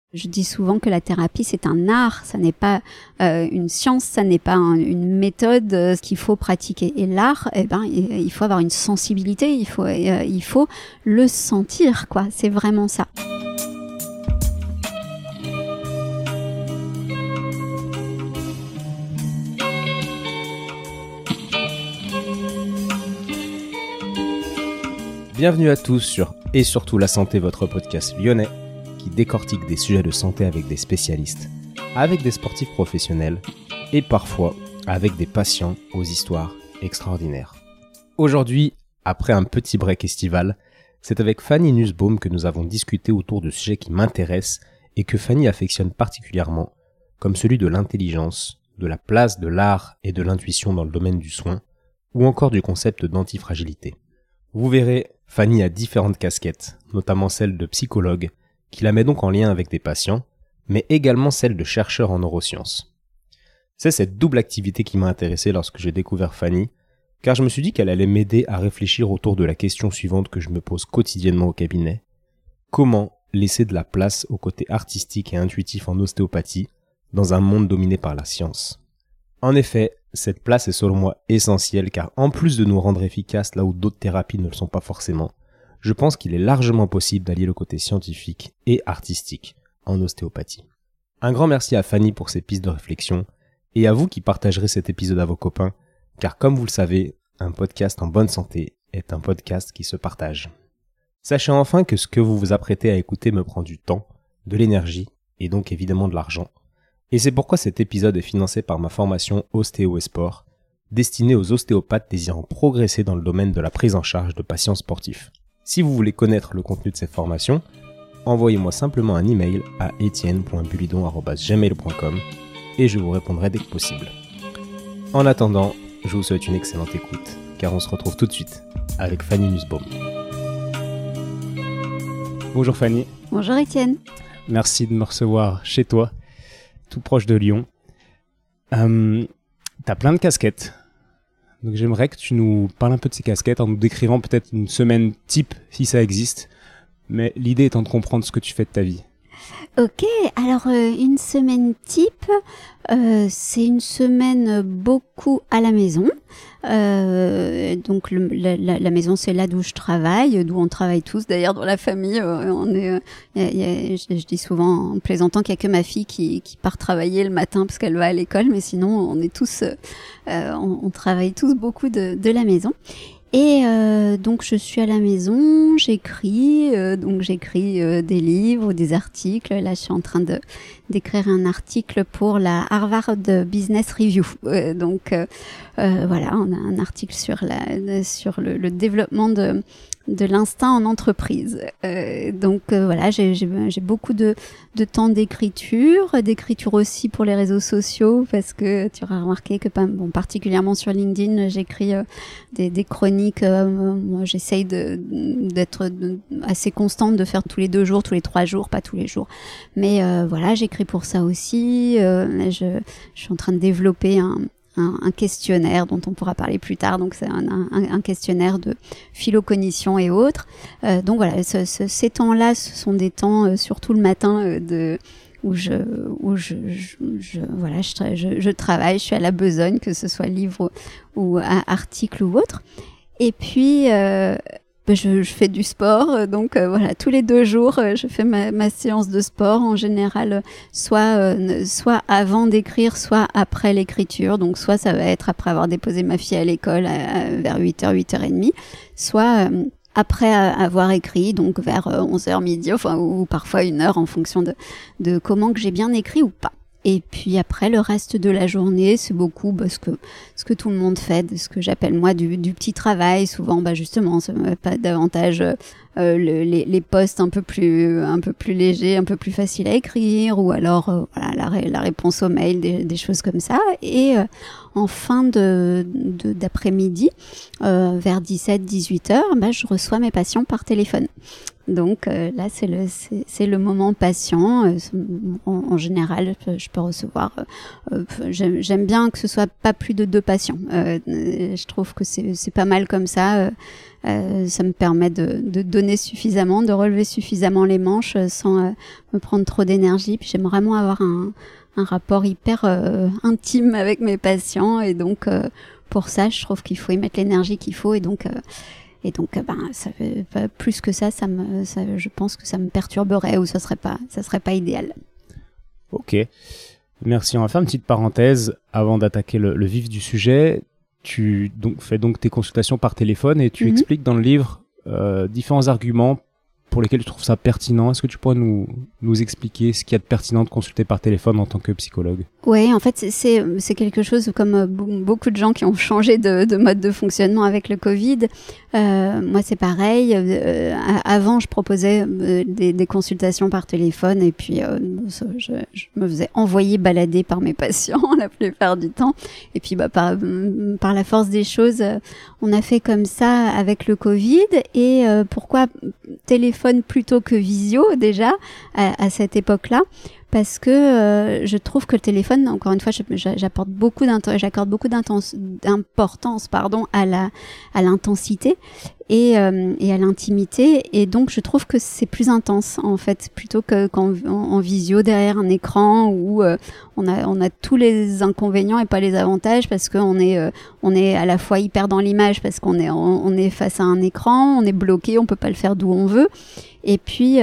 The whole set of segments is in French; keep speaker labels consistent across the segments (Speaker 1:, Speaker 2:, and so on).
Speaker 1: Je dis souvent que la thérapie, c'est un art, ça n'est pas une science, ça n'est pas une méthode qu'il faut pratiquer. Et l'art, il faut avoir une sensibilité, il faut le sentir, quoi. C'est vraiment ça.
Speaker 2: Bienvenue à tous sur Et surtout la santé, votre podcast lyonnais qui décortique des sujets de santé avec des spécialistes, avec des sportifs professionnels et parfois avec des patients aux histoires extraordinaires. Aujourd'hui, après un petit break estival, c'est avec Fanny Nussbaum que nous avons discuté autour de sujets qui m'intéressent et que Fanny affectionne particulièrement, comme celui de l'intelligence, de la place de l'art et de l'intuition dans le domaine du soin, ou encore du concept d'antifragilité. Vous verrez, Fanny a différentes casquettes, notamment celle de psychologue, qui la met donc en lien avec des patients, mais également celle de chercheur en neurosciences. C'est cette double activité qui m'a intéressé lorsque j'ai découvert Fanny, car je me suis dit qu'elle allait m'aider à réfléchir autour de la question suivante que je me pose quotidiennement au cabinet. Comment laisser de la place au côté artistique et intuitif en ostéopathie dans un monde dominé par la science? En effet, cette place est selon moi essentielle car en plus de nous rendre efficaces là où d'autres thérapies ne le sont pas forcément, je pense qu'il est largement possible d'allier le côté scientifique et artistique en ostéopathie. Un grand merci à Fanny pour ses pistes de réflexion et à vous qui partagerez cet épisode à vos copains, car comme vous le savez, un podcast en bonne santé est un podcast qui se partage. Sachez enfin que ce que vous vous apprêtez à écouter me prend du temps, de l'énergie et donc évidemment de l'argent. Et c'est pourquoi cet épisode est financé par ma formation Ostéo et Sport, destinée aux ostéopathes désirant progresser dans le domaine de la prise en charge de patients sportifs. Si vous voulez connaître le contenu de cette formation, envoyez-moi simplement un email à etienne.bulidon@gmail.com et je vous répondrai dès que possible. En attendant, je vous souhaite une excellente écoute, car on se retrouve tout de suite avec Fanny Nussbaum. Bonjour Fanny.
Speaker 1: Bonjour Étienne.
Speaker 2: Merci de me recevoir chez toi, tout proche de Lyon. T'as plein de casquettes. Donc j'aimerais que tu nous parles un peu de ces casquettes en nous décrivant peut-être une semaine type si ça existe. Mais l'idée étant de comprendre ce que tu fais de ta vie.
Speaker 1: Ok, alors une semaine type, c'est une semaine beaucoup à la maison. Donc la maison, c'est là d'où je travaille, d'où on travaille tous. D'ailleurs, dans la famille, je dis souvent en plaisantant qu'il n'y a que ma fille qui part travailler le matin parce qu'elle va à l'école, mais sinon on est tous, on travaille tous beaucoup de la maison. Et donc je suis à la maison, j'écris des livres ou des articles. Là, je suis en train d'écrire un article pour la Harvard Business Review. Voilà, on a un article sur le développement de l'instinct en entreprise. Voilà, j'ai beaucoup de temps d'écriture aussi pour les réseaux sociaux, parce que tu auras remarqué que particulièrement sur LinkedIn, j'écris des chroniques. Moi, j'essaye d'être assez constante, de faire tous les 2 jours, tous les 3 jours, pas tous les jours. Mais voilà, j'écris pour ça aussi. Je suis en train de développer un questionnaire dont on pourra parler plus tard, donc c'est un questionnaire de phylocognition et autres. Donc voilà, ces temps-là, ce sont des temps, surtout le matin, où je travaille, je suis à la besogne, que ce soit livre ou article ou autre. Et puis je fais du sport, donc voilà, tous les 2 jours, je fais ma séance de sport, en général, soit avant d'écrire, soit après l'écriture. Donc soit ça va être après avoir déposé ma fille à l'école vers 8h, 8h30, soit après avoir écrit, donc vers 11h, midi, ou parfois 1h en fonction de comment que j'ai bien écrit ou pas. Et puis après, le reste de la journée, c'est beaucoup ce que tout le monde fait, ce que j'appelle moi du petit travail. Souvent, justement, ça me pas davantage les posts un peu plus légers, un peu plus faciles à écrire, ou alors voilà la réponse aux mails, des choses comme ça. Et en fin d'après-midi, vers 17-18 heures, je reçois mes patients par téléphone. Donc là, c'est le moment patient. En général, je peux recevoir. J'aime bien que ce soit pas plus de 2 patients. Je trouve que c'est pas mal comme ça. Ça me permet de donner suffisamment, de relever suffisamment les manches sans me prendre trop d'énergie. Puis j'aime vraiment avoir un rapport hyper intime avec mes patients, et donc pour ça, je trouve qu'il faut y mettre l'énergie qu'il faut, et donc ça fait plus que ça, je pense que ça me perturberait, ou ça serait pas idéal.
Speaker 2: Ok, merci. On va faire une petite parenthèse avant d'attaquer le vif du sujet. Tu fais donc tes consultations par téléphone, et tu expliques dans le livre différents arguments pour lesquels tu trouves ça pertinent. Est-ce que tu pourrais nous expliquer ce qu'il y a de pertinent de consulter par téléphone en tant que psychologue?
Speaker 1: Oui, en fait, c'est quelque chose comme beaucoup de gens qui ont changé de mode de fonctionnement avec le Covid. Moi, c'est pareil. Avant, je proposais des consultations par téléphone, et puis je me faisais envoyer balader par mes patients la plupart du temps. Et puis, par la force des choses, on a fait comme ça avec le Covid. Et pourquoi téléphone plutôt que visio déjà à cette époque-là? Parce que je trouve que le téléphone, encore une fois, j'accorde beaucoup d'importance à l'intensité et à l'intimité, et donc je trouve que c'est plus intense en fait, plutôt qu'en visio derrière un écran où on a tous les inconvénients et pas les avantages, parce qu'on est à la fois hyper dans l'image parce qu'on est face à un écran, on est bloqué, on peut pas le faire d'où on veut. Et puis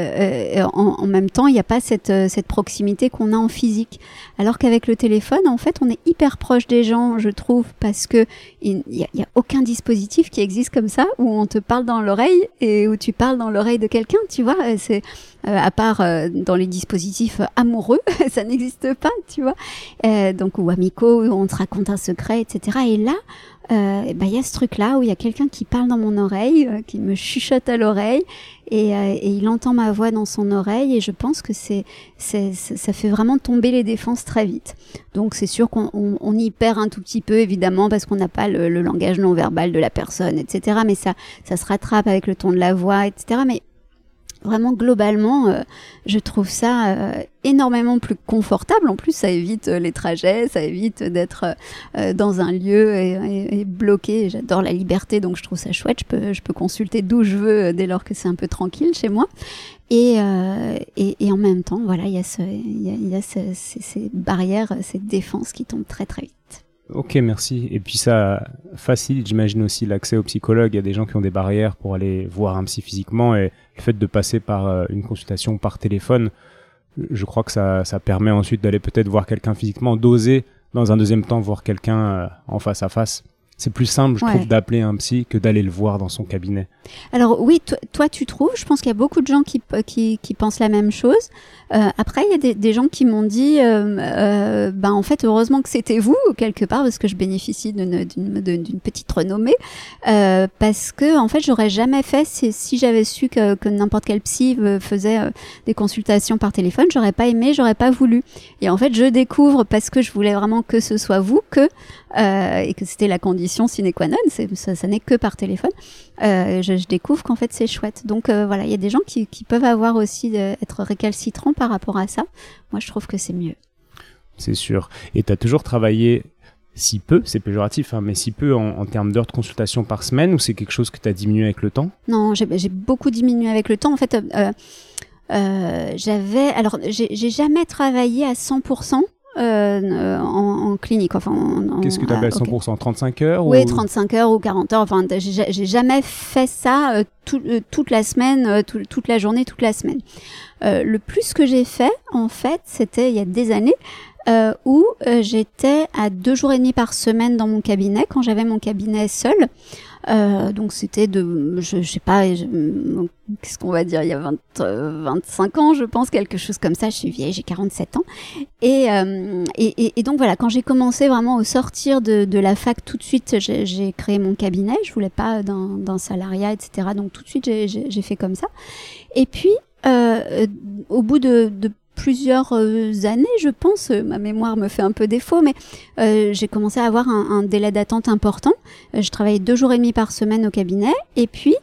Speaker 1: en même temps, il n'y a pas cette proximité qu'on a en physique. Alors qu'avec le téléphone, en fait, on est hyper proche des gens, je trouve, parce que il y a aucun dispositif qui existe comme ça où on te parle dans l'oreille et où tu parles dans l'oreille de quelqu'un, tu vois. C'est à part dans les dispositifs amoureux, ça n'existe pas, tu vois. Donc ou amicaux, où on te raconte un secret, etc. Et là, y a ce truc-là où il y a quelqu'un qui parle dans mon oreille, qui me chuchote à l'oreille, et il entend ma voix dans son oreille, et je pense que ça fait vraiment tomber les défenses très vite. Donc c'est sûr qu'on y perd un tout petit peu, évidemment, parce qu'on n'a pas le langage non verbal de la personne, etc. Mais ça se rattrape avec le ton de la voix, etc. Mais vraiment, globalement, je trouve ça énormément plus confortable. En plus, ça évite les trajets, ça évite d'être dans un lieu et bloqué. J'adore la liberté, donc je trouve ça chouette. Je peux consulter d'où je veux dès lors que c'est un peu tranquille chez moi. Et en même temps, voilà, il y a ces barrières, ces défenses qui tombent très très vite.
Speaker 2: Ok, merci. Et puis ça facilite, j'imagine, aussi l'accès aux psychologues. Il y a des gens qui ont des barrières pour aller voir un psy physiquement, et le fait de passer par une consultation par téléphone, je crois que ça permet ensuite d'aller peut-être voir quelqu'un physiquement, d'oser dans un deuxième temps voir quelqu'un en face à face. C'est plus simple, je trouve, d'appeler un psy que d'aller le voir dans son cabinet.
Speaker 1: Alors oui, toi tu trouves, je pense qu'il y a beaucoup de gens qui pensent la même chose. Après, il y a des gens qui m'ont dit, en fait, heureusement que c'était vous, quelque part, parce que je bénéficie d'une petite renommée, parce que, en fait, j'aurais jamais fait, si j'avais su que n'importe quel psy faisait des consultations par téléphone, j'aurais pas aimé, j'aurais pas voulu. Et en fait, je découvre, parce que je voulais vraiment que ce soit vous, et que c'était la condition sine qua non, ça n'est que par téléphone, je découvre qu'en fait c'est chouette. Donc voilà, il y a des gens qui peuvent avoir aussi être récalcitrants par rapport à ça. Moi je trouve que c'est mieux.
Speaker 2: C'est sûr. Et tu as toujours travaillé si peu, c'est péjoratif, mais si peu en termes d'heures de consultation par semaine, ou c'est quelque chose que tu as diminué avec le temps? Non,
Speaker 1: j'ai beaucoup diminué avec le temps. En fait, j'ai jamais travaillé à 100%. En clinique, enfin
Speaker 2: qu'est-ce que tu appelles 100%? 35 heures?
Speaker 1: Oui, 35 heures ou 40 heures, enfin j'ai jamais fait ça toute la semaine, toute la journée, toute la semaine. Le plus que j'ai fait, en fait, c'était il y a des années, où j'étais à 2 jours et demi par semaine dans mon cabinet, quand j'avais mon cabinet seul. Donc c'était je sais pas, qu'est-ce qu'on va dire, il y a 25 ans, je pense, quelque chose comme ça. Je suis vieille, j'ai 47 ans. Et donc voilà, quand j'ai commencé vraiment au sortir de la fac, tout de suite, j'ai créé mon cabinet. Je voulais pas d'un salariat, etc. Donc tout de suite, j'ai fait comme ça. Et puis, au bout de plusieurs années, je pense, ma mémoire me fait un peu défaut, mais j'ai commencé à avoir un délai d'attente important. Je travaillais 2 jours et demi par semaine au cabinet, et puis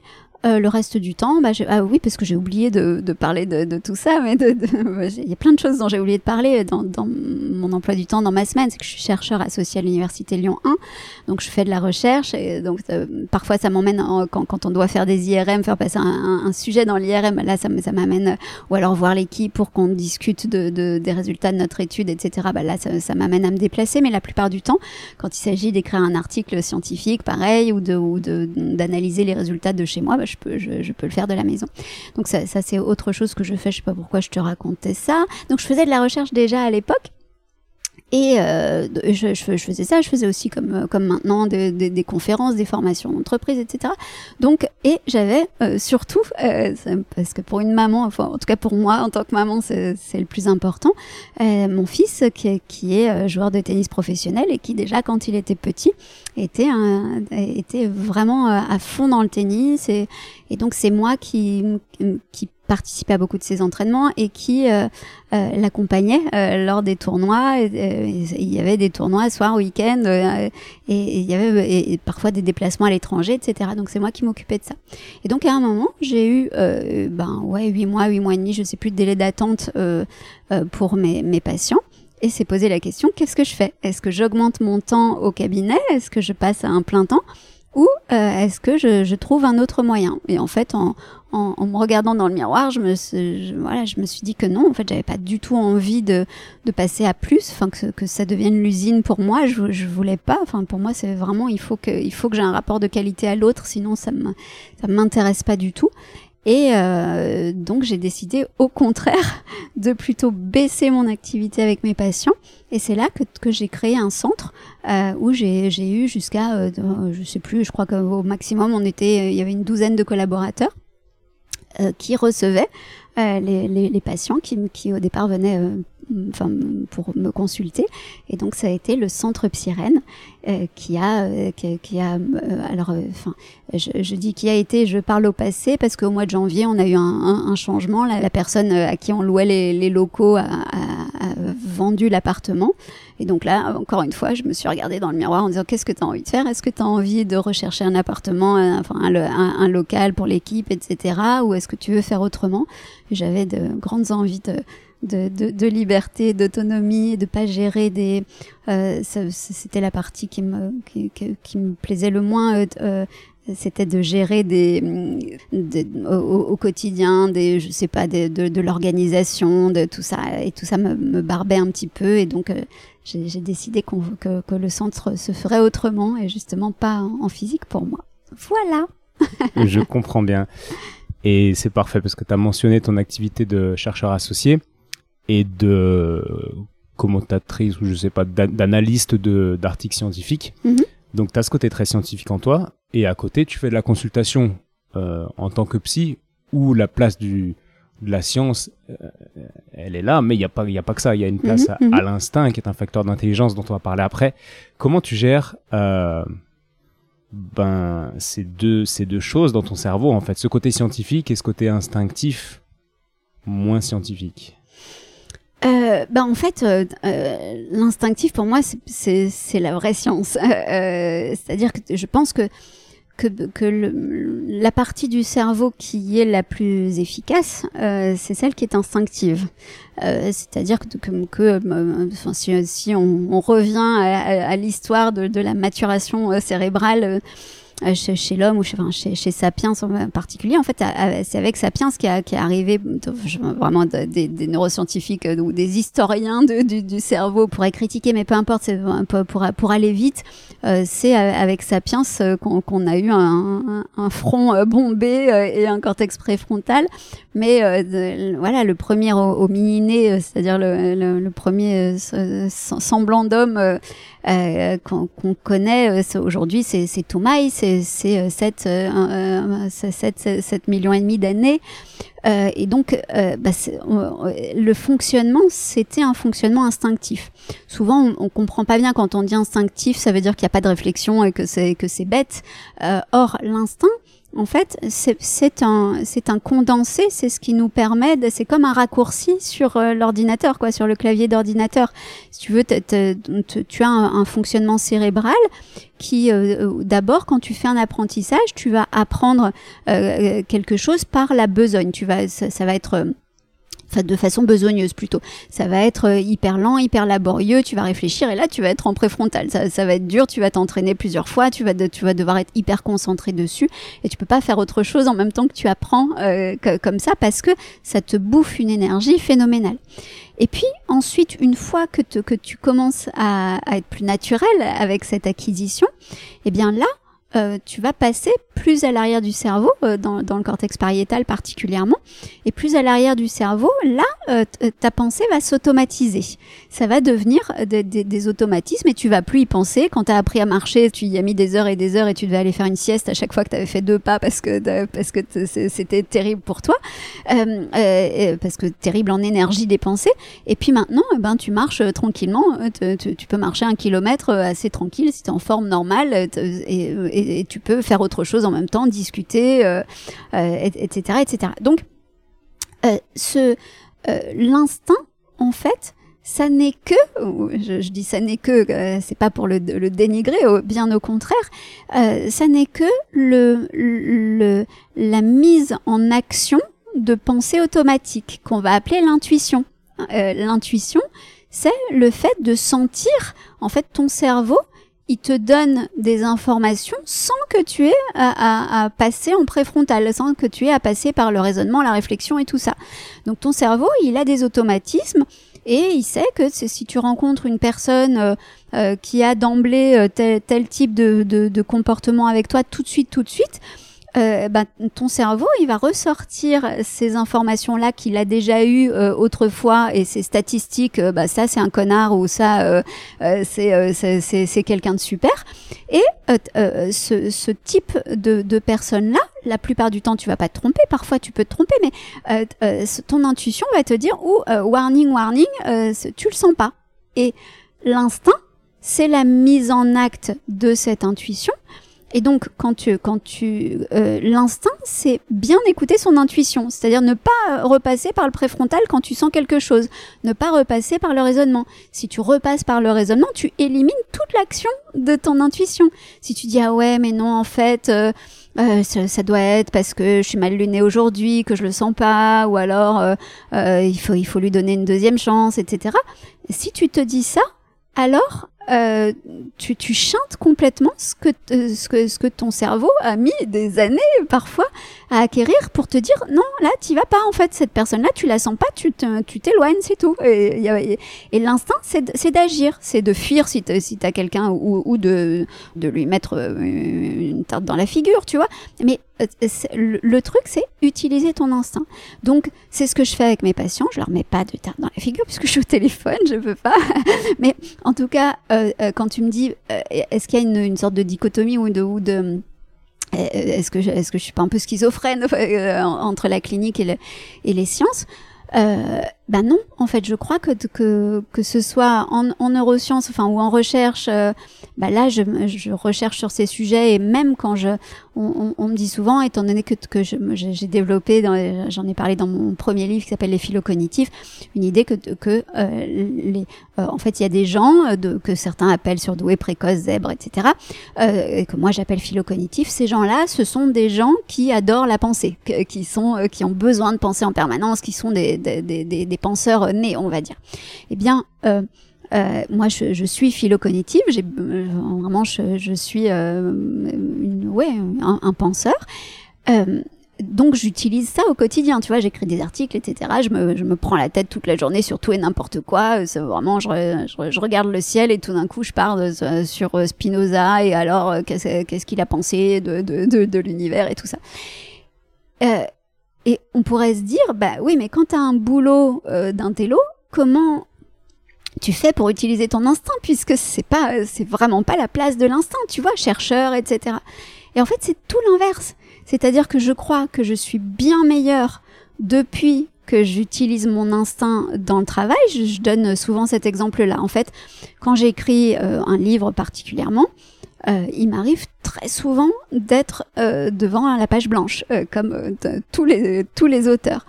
Speaker 1: le reste du temps, oui, parce que j'ai oublié de parler de tout ça, mais il y a plein de choses dont j'ai oublié de parler dans mon emploi du temps, dans ma semaine. C'est que je suis chercheur associé à l'Université Lyon 1, donc je fais de la recherche, et donc parfois ça m'emmène quand on doit faire des IRM, faire passer un sujet dans l'IRM, là ça m'amène, ou alors voir l'équipe pour qu'on discute des résultats de notre étude, etc. Là ça m'amène à me déplacer, mais la plupart du temps, quand il s'agit d'écrire un article scientifique, pareil, ou d'analyser les résultats de chez moi, je peux le faire de la maison. Donc ça c'est autre chose que je fais. Je sais pas pourquoi je te racontais ça. Donc je faisais de la recherche déjà à l'époque. Et je faisais ça, je faisais aussi comme maintenant des conférences, des formations d'entreprise, etc. Donc, et j'avais surtout, parce que pour une maman, enfin en tout cas pour moi en tant que maman, c'est le plus important, mon fils qui est joueur de tennis professionnel et qui déjà quand il était petit était vraiment à fond dans le tennis, et donc c'est moi qui participait à beaucoup de ses entraînements et qui l'accompagnait lors des tournois. Il y avait des tournois soir, week-end, et il y avait parfois des déplacements à l'étranger, etc. Donc c'est moi qui m'occupais de ça. Et donc à un moment, j'ai eu 8 mois et demi, je sais plus de délai d'attente pour mes patients. Et s'est posé la question, qu'est-ce que je fais? Est-ce que j'augmente mon temps au cabinet? Est-ce que je passe à un plein temps? Ou est-ce que je trouve un autre moyen? Et en fait, en me regardant dans le miroir, je me suis dit que non, en fait, j'avais pas du tout envie de passer à plus, enfin que ça devienne l'usine pour moi. Je voulais pas. Enfin, pour moi, c'est vraiment il faut que j'ai un rapport de qualité à l'autre, sinon ça m'intéresse pas du tout. Et donc j'ai décidé au contraire de plutôt baisser mon activité avec mes patients, et c'est là que j'ai créé un centre où j'ai eu jusqu'à je sais plus, je crois qu'au maximum il y avait une douzaine de collaborateurs qui recevaient les patients qui au départ venaient pour me consulter. Et donc ça a été le centre Psyrène qui a je dis qui a été, je parle au passé parce qu'au mois de janvier on a eu un changement. La personne à qui on louait les locaux a vendu l'appartement, et donc là encore une fois je me suis regardée dans le miroir en disant qu'est-ce que tu as envie de faire? Est-ce que tu as envie de rechercher un appartement, un local pour l'équipe, etc., ou est-ce que tu veux faire autrement? J'avais de grandes envies de liberté, d'autonomie, de pas gérer c'était la partie qui me plaisait le moins, c'était de gérer au quotidien je sais pas, de l'organisation, de tout ça, et tout ça me barbait un petit peu, et donc j'ai décidé que le centre se ferait autrement, et justement pas en physique pour moi. Voilà.
Speaker 2: Je comprends bien. Et c'est parfait parce que tu as mentionné ton activité de chercheur associé et de commentatrice, ou je sais pas, d'analyste d'articles scientifiques. Mm-hmm. Donc tu as ce côté très scientifique en toi, et à côté tu fais de la consultation en tant que psy, où la place de la science elle est là, mais il y a pas que ça, il y a une place à l'instinct qui est un facteur d'intelligence dont on va parler après. Comment tu gères ces deux choses dans ton cerveau, en fait, ce côté scientifique et ce côté instinctif moins scientifique?
Speaker 1: En fait, l'instinctif pour moi c'est la vraie science. C'est-à-dire que je pense que la partie du cerveau qui est la plus efficace, c'est celle qui est instinctive. C'est-à-dire si on revient à l'histoire de la maturation cérébrale chez l'homme, ou chez Sapiens en particulier, en fait, c'est avec Sapiens qui est arrivé vraiment des neuroscientifiques ou des historiens du cerveau pourraient critiquer, mais peu importe, c'est un peu pour aller vite. C'est avec Sapiens qu'on a eu un front bombé et un cortex préfrontal, mais voilà, le premier hominé, c'est-à-dire le premier semblant d'homme qu'on connaît aujourd'hui, c'est Toumaï, c'est 7 millions et demi d'années, et donc le fonctionnement, c'était un fonctionnement instinctif. Souvent on comprend pas bien quand on dit instinctif, ça veut dire qu'il y a pas de réflexion et que c'est bête. Or l'instinct, en fait, c'est un condensé, c'est ce qui nous permet c'est comme un raccourci sur l'ordinateur, quoi, sur le clavier d'ordinateur. Si tu veux, tu as un fonctionnement cérébral qui, d'abord, quand tu fais un apprentissage, tu vas apprendre quelque chose par la besogne. Ça va être de façon besogneuse plutôt. Ça va être hyper lent, hyper laborieux, tu vas réfléchir et là tu vas être en préfrontal. Ça va être dur, tu vas t'entraîner plusieurs fois, tu vas devoir être hyper concentré dessus et tu peux pas faire autre chose en même temps que tu apprends comme ça parce que ça te bouffe une énergie phénoménale. Et puis ensuite, une fois que tu commences à être plus naturel avec cette acquisition, eh bien là, tu vas passer plus à l'arrière du cerveau, dans le cortex pariétal particulièrement, et plus à l'arrière du cerveau, là, ta pensée va s'automatiser. Ça va devenir des automatismes et tu vas plus y penser. Quand tu as appris à marcher, tu y as mis des heures et tu devais aller faire une sieste à chaque fois que tu avais fait 2 pas parce que c'était terrible pour toi, parce que terrible en énergie dépensée. Et puis maintenant, tu marches tranquillement. Tu peux marcher 1 kilomètre assez tranquille si tu es en forme normale et tu peux faire autre chose en même temps, discuter, etc., etc. Donc, l'instinct, en fait, ça n'est que, je dis ça n'est que, c'est pas pour le dénigrer, bien au contraire, ça n'est que la mise en action de pensée automatique qu'on va appeler l'intuition. L'intuition, c'est le fait de sentir, en fait, ton cerveau. Il te donne des informations sans que tu aies à passer en préfrontal, sans que tu aies à passer par le raisonnement, la réflexion et tout ça. Donc ton cerveau, il a des automatismes et il sait que si tu rencontres une personne qui a d'emblée tel type de comportement avec toi tout de suite, ton cerveau, il va ressortir ces informations-là qu'il a déjà eues autrefois et ces statistiques, ça c'est un connard ou ça c'est quelqu'un de super. Et ce type de personne-là, la plupart du temps tu vas pas te tromper, parfois tu peux te tromper, mais ton intuition va te dire warning, tu le sens pas. Et l'instinct, c'est la mise en acte de cette intuition. Et donc, l'instinct, c'est bien écouter son intuition, c'est-à-dire ne pas repasser par le préfrontal quand tu sens quelque chose, ne pas repasser par le raisonnement. Si tu repasses par le raisonnement, tu élimines toute l'action de ton intuition. Si tu dis ah ouais, mais non, en fait, ça doit être parce que je suis mal lunée aujourd'hui, que je le sens pas, ou alors il faut lui donner une deuxième chance, etc. Si tu te dis ça, alors tu chantes complètement ce que ton cerveau a mis des années parfois à acquérir pour te dire non, là t'y vas pas, en fait cette personne-là tu la sens pas, tu t'éloignes, c'est tout. Et l'instinct c'est d'agir, c'est de fuir si t'as quelqu'un ou de lui mettre une tarte dans la figure, tu vois. Mais le truc c'est utiliser ton instinct. Donc c'est ce que je fais avec mes patients, je leur mets pas de tarte dans la figure puisque je suis au téléphone, je peux pas. Mais en tout cas quand tu me dis est-ce qu'il y a une sorte de dichotomie ou de est-ce que je suis pas un peu schizophrène entre la clinique et les sciences, non, en fait, je crois que ce soit en neurosciences, ou en recherche, là, je recherche sur ces sujets et même quand on me dit souvent, étant donné que j'ai développé, j'en ai parlé dans mon premier livre qui s'appelle Les phylocognitifs, une idée que en fait, il y a des gens que certains appellent surdoués, précoces, zèbres, etc., et que moi j'appelle phylocognitifs. Ces gens-là, ce sont des gens qui adorent la pensée, qui ont besoin de penser en permanence, qui sont des penseurs nés, on va dire. Eh bien, moi, je suis phylocognitive. Vraiment, je suis un penseur. Donc, j'utilise ça au quotidien. Tu vois, j'écris des articles, etc. Je me prends la tête toute la journée sur tout et n'importe quoi. C'est vraiment, je regarde le ciel et tout d'un coup, je pars sur Spinoza et alors, qu'est-ce qu'il a pensé de l'univers et tout ça. Et on pourrait se dire, oui, mais quand t'as un boulot d'intello, comment tu fais pour utiliser ton instinct, puisque c'est vraiment pas la place de l'instinct, tu vois, chercheur, etc. Et en fait, c'est tout l'inverse. C'est-à-dire que je crois que je suis bien meilleure depuis que j'utilise mon instinct dans le travail. Je donne souvent cet exemple-là. En fait, quand j'écris un livre particulièrement, il m'arrive très souvent d'être devant la page blanche, comme tous les auteurs.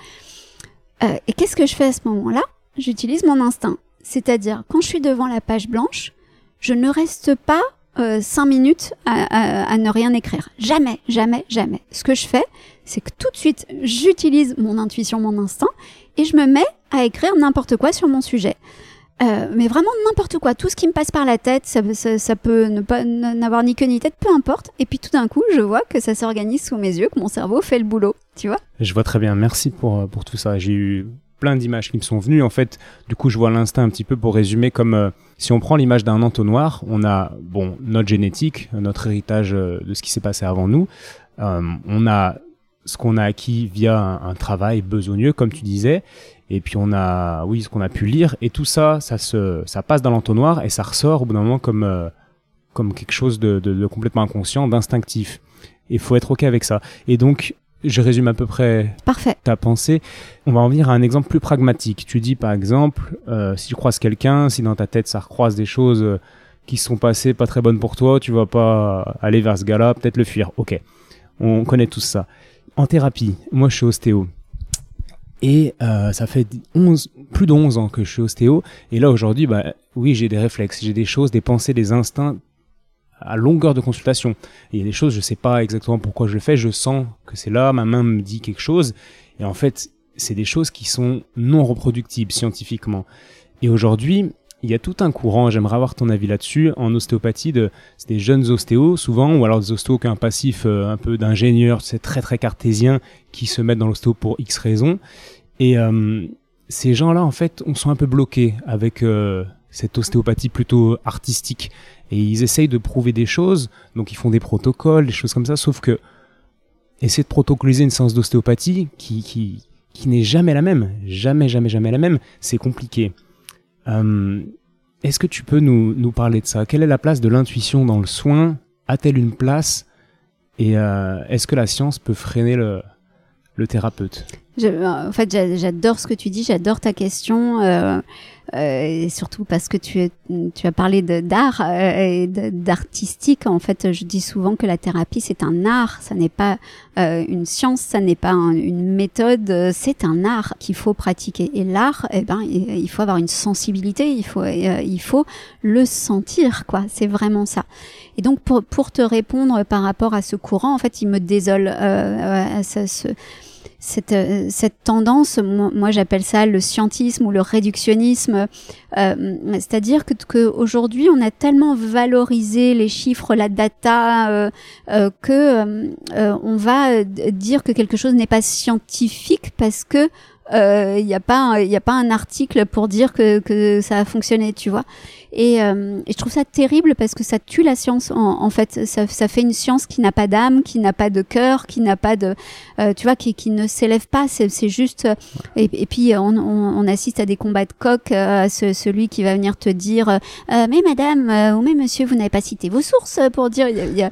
Speaker 1: Et qu'est-ce que je fais à ce moment-là ? J'utilise mon instinct. C'est-à-dire, quand je suis devant la page blanche, je ne reste pas 5 minutes à ne rien écrire. Jamais, jamais, jamais. Ce que je fais, c'est que tout de suite, j'utilise mon intuition, mon instinct, et je me mets à écrire n'importe quoi sur mon sujet. Mais vraiment n'importe quoi, tout ce qui me passe par la tête, ça peut n'avoir ni queue ni tête, peu importe. Et puis tout d'un coup, je vois que ça s'organise sous mes yeux, que mon cerveau fait le boulot, tu vois.
Speaker 2: Je vois très bien, merci pour tout ça. J'ai eu plein d'images qui me sont venues. En fait, du coup, je vois l'instinct un petit peu pour résumer comme si on prend l'image d'un entonnoir, on a notre génétique, notre héritage de ce qui s'est passé avant nous. On a ce qu'on a acquis via un travail besogneux, comme tu disais. Et puis on a, ce qu'on a pu lire, et tout ça, ça passe dans l'entonnoir et ça ressort au bout d'un moment comme quelque chose de complètement inconscient, d'instinctif. Et il faut être ok avec ça. Et donc, je résume à peu près ta pensée. On va en venir à un exemple plus pragmatique. Tu dis par exemple, si tu croises quelqu'un, si dans ta tête ça recroise des choses qui sont passées pas très bonnes pour toi, tu vas pas aller vers ce gars-là, peut-être le fuir. Ok, on connaît tous ça. En thérapie, moi je suis ostéo. Et ça fait plus de 11 ans que je suis ostéo. Et là, aujourd'hui, j'ai des réflexes, j'ai des choses, des pensées, des instincts à longueur de consultation. Et il y a des choses, je sais pas exactement pourquoi je le fais, je sens que c'est là, ma main me dit quelque chose. Et en fait, c'est des choses qui sont non reproductibles scientifiquement. Et aujourd'hui, il y a tout un courant, j'aimerais avoir ton avis là-dessus, en ostéopathie, c'est des jeunes ostéos souvent, ou alors des ostéos qui ont un passif un peu d'ingénieur, c'est très très cartésien, qui se mettent dans l'ostéo pour X raisons. Et ces gens-là, en fait, on sont un peu bloqués avec cette ostéopathie plutôt artistique. Et ils essayent de prouver des choses, donc ils font des protocoles, des choses comme ça, sauf que essayer de protocoliser une séance d'ostéopathie qui n'est jamais la même, jamais la même, c'est compliqué. Est-ce que tu peux nous parler de ça ? Quelle est la place de l'intuition dans le soin ? A-t-elle une place ? Et est-ce que la science peut freiner le thérapeute ?
Speaker 1: En fait, j'adore ce que tu dis, j'adore ta question, et surtout parce que tu as parlé d'art et d'artistique. En fait, je dis souvent que la thérapie, c'est un art, ça n'est pas une science, ça n'est pas une méthode, c'est un art qu'il faut pratiquer. Et l'art, il faut avoir une sensibilité, il faut le sentir, quoi. C'est vraiment ça. Et donc, pour te répondre par rapport à ce courant, en fait, il me désole cette tendance, moi j'appelle ça le scientisme ou le réductionnisme, c'est-à-dire que aujourd'hui on a tellement valorisé les chiffres, la data, que on va dire que quelque chose n'est pas scientifique parce que il y a pas un article pour dire que ça a fonctionné, tu vois. Et je trouve ça terrible parce que ça tue la science. En fait, ça fait une science qui n'a pas d'âme, qui n'a pas de cœur, qui n'a pas de, tu vois, qui ne s'élève pas. C'est juste. Et puis on assiste à des combats de coq. Celui qui va venir te dire, mais madame ou mais monsieur, vous n'avez pas cité vos sources pour dire.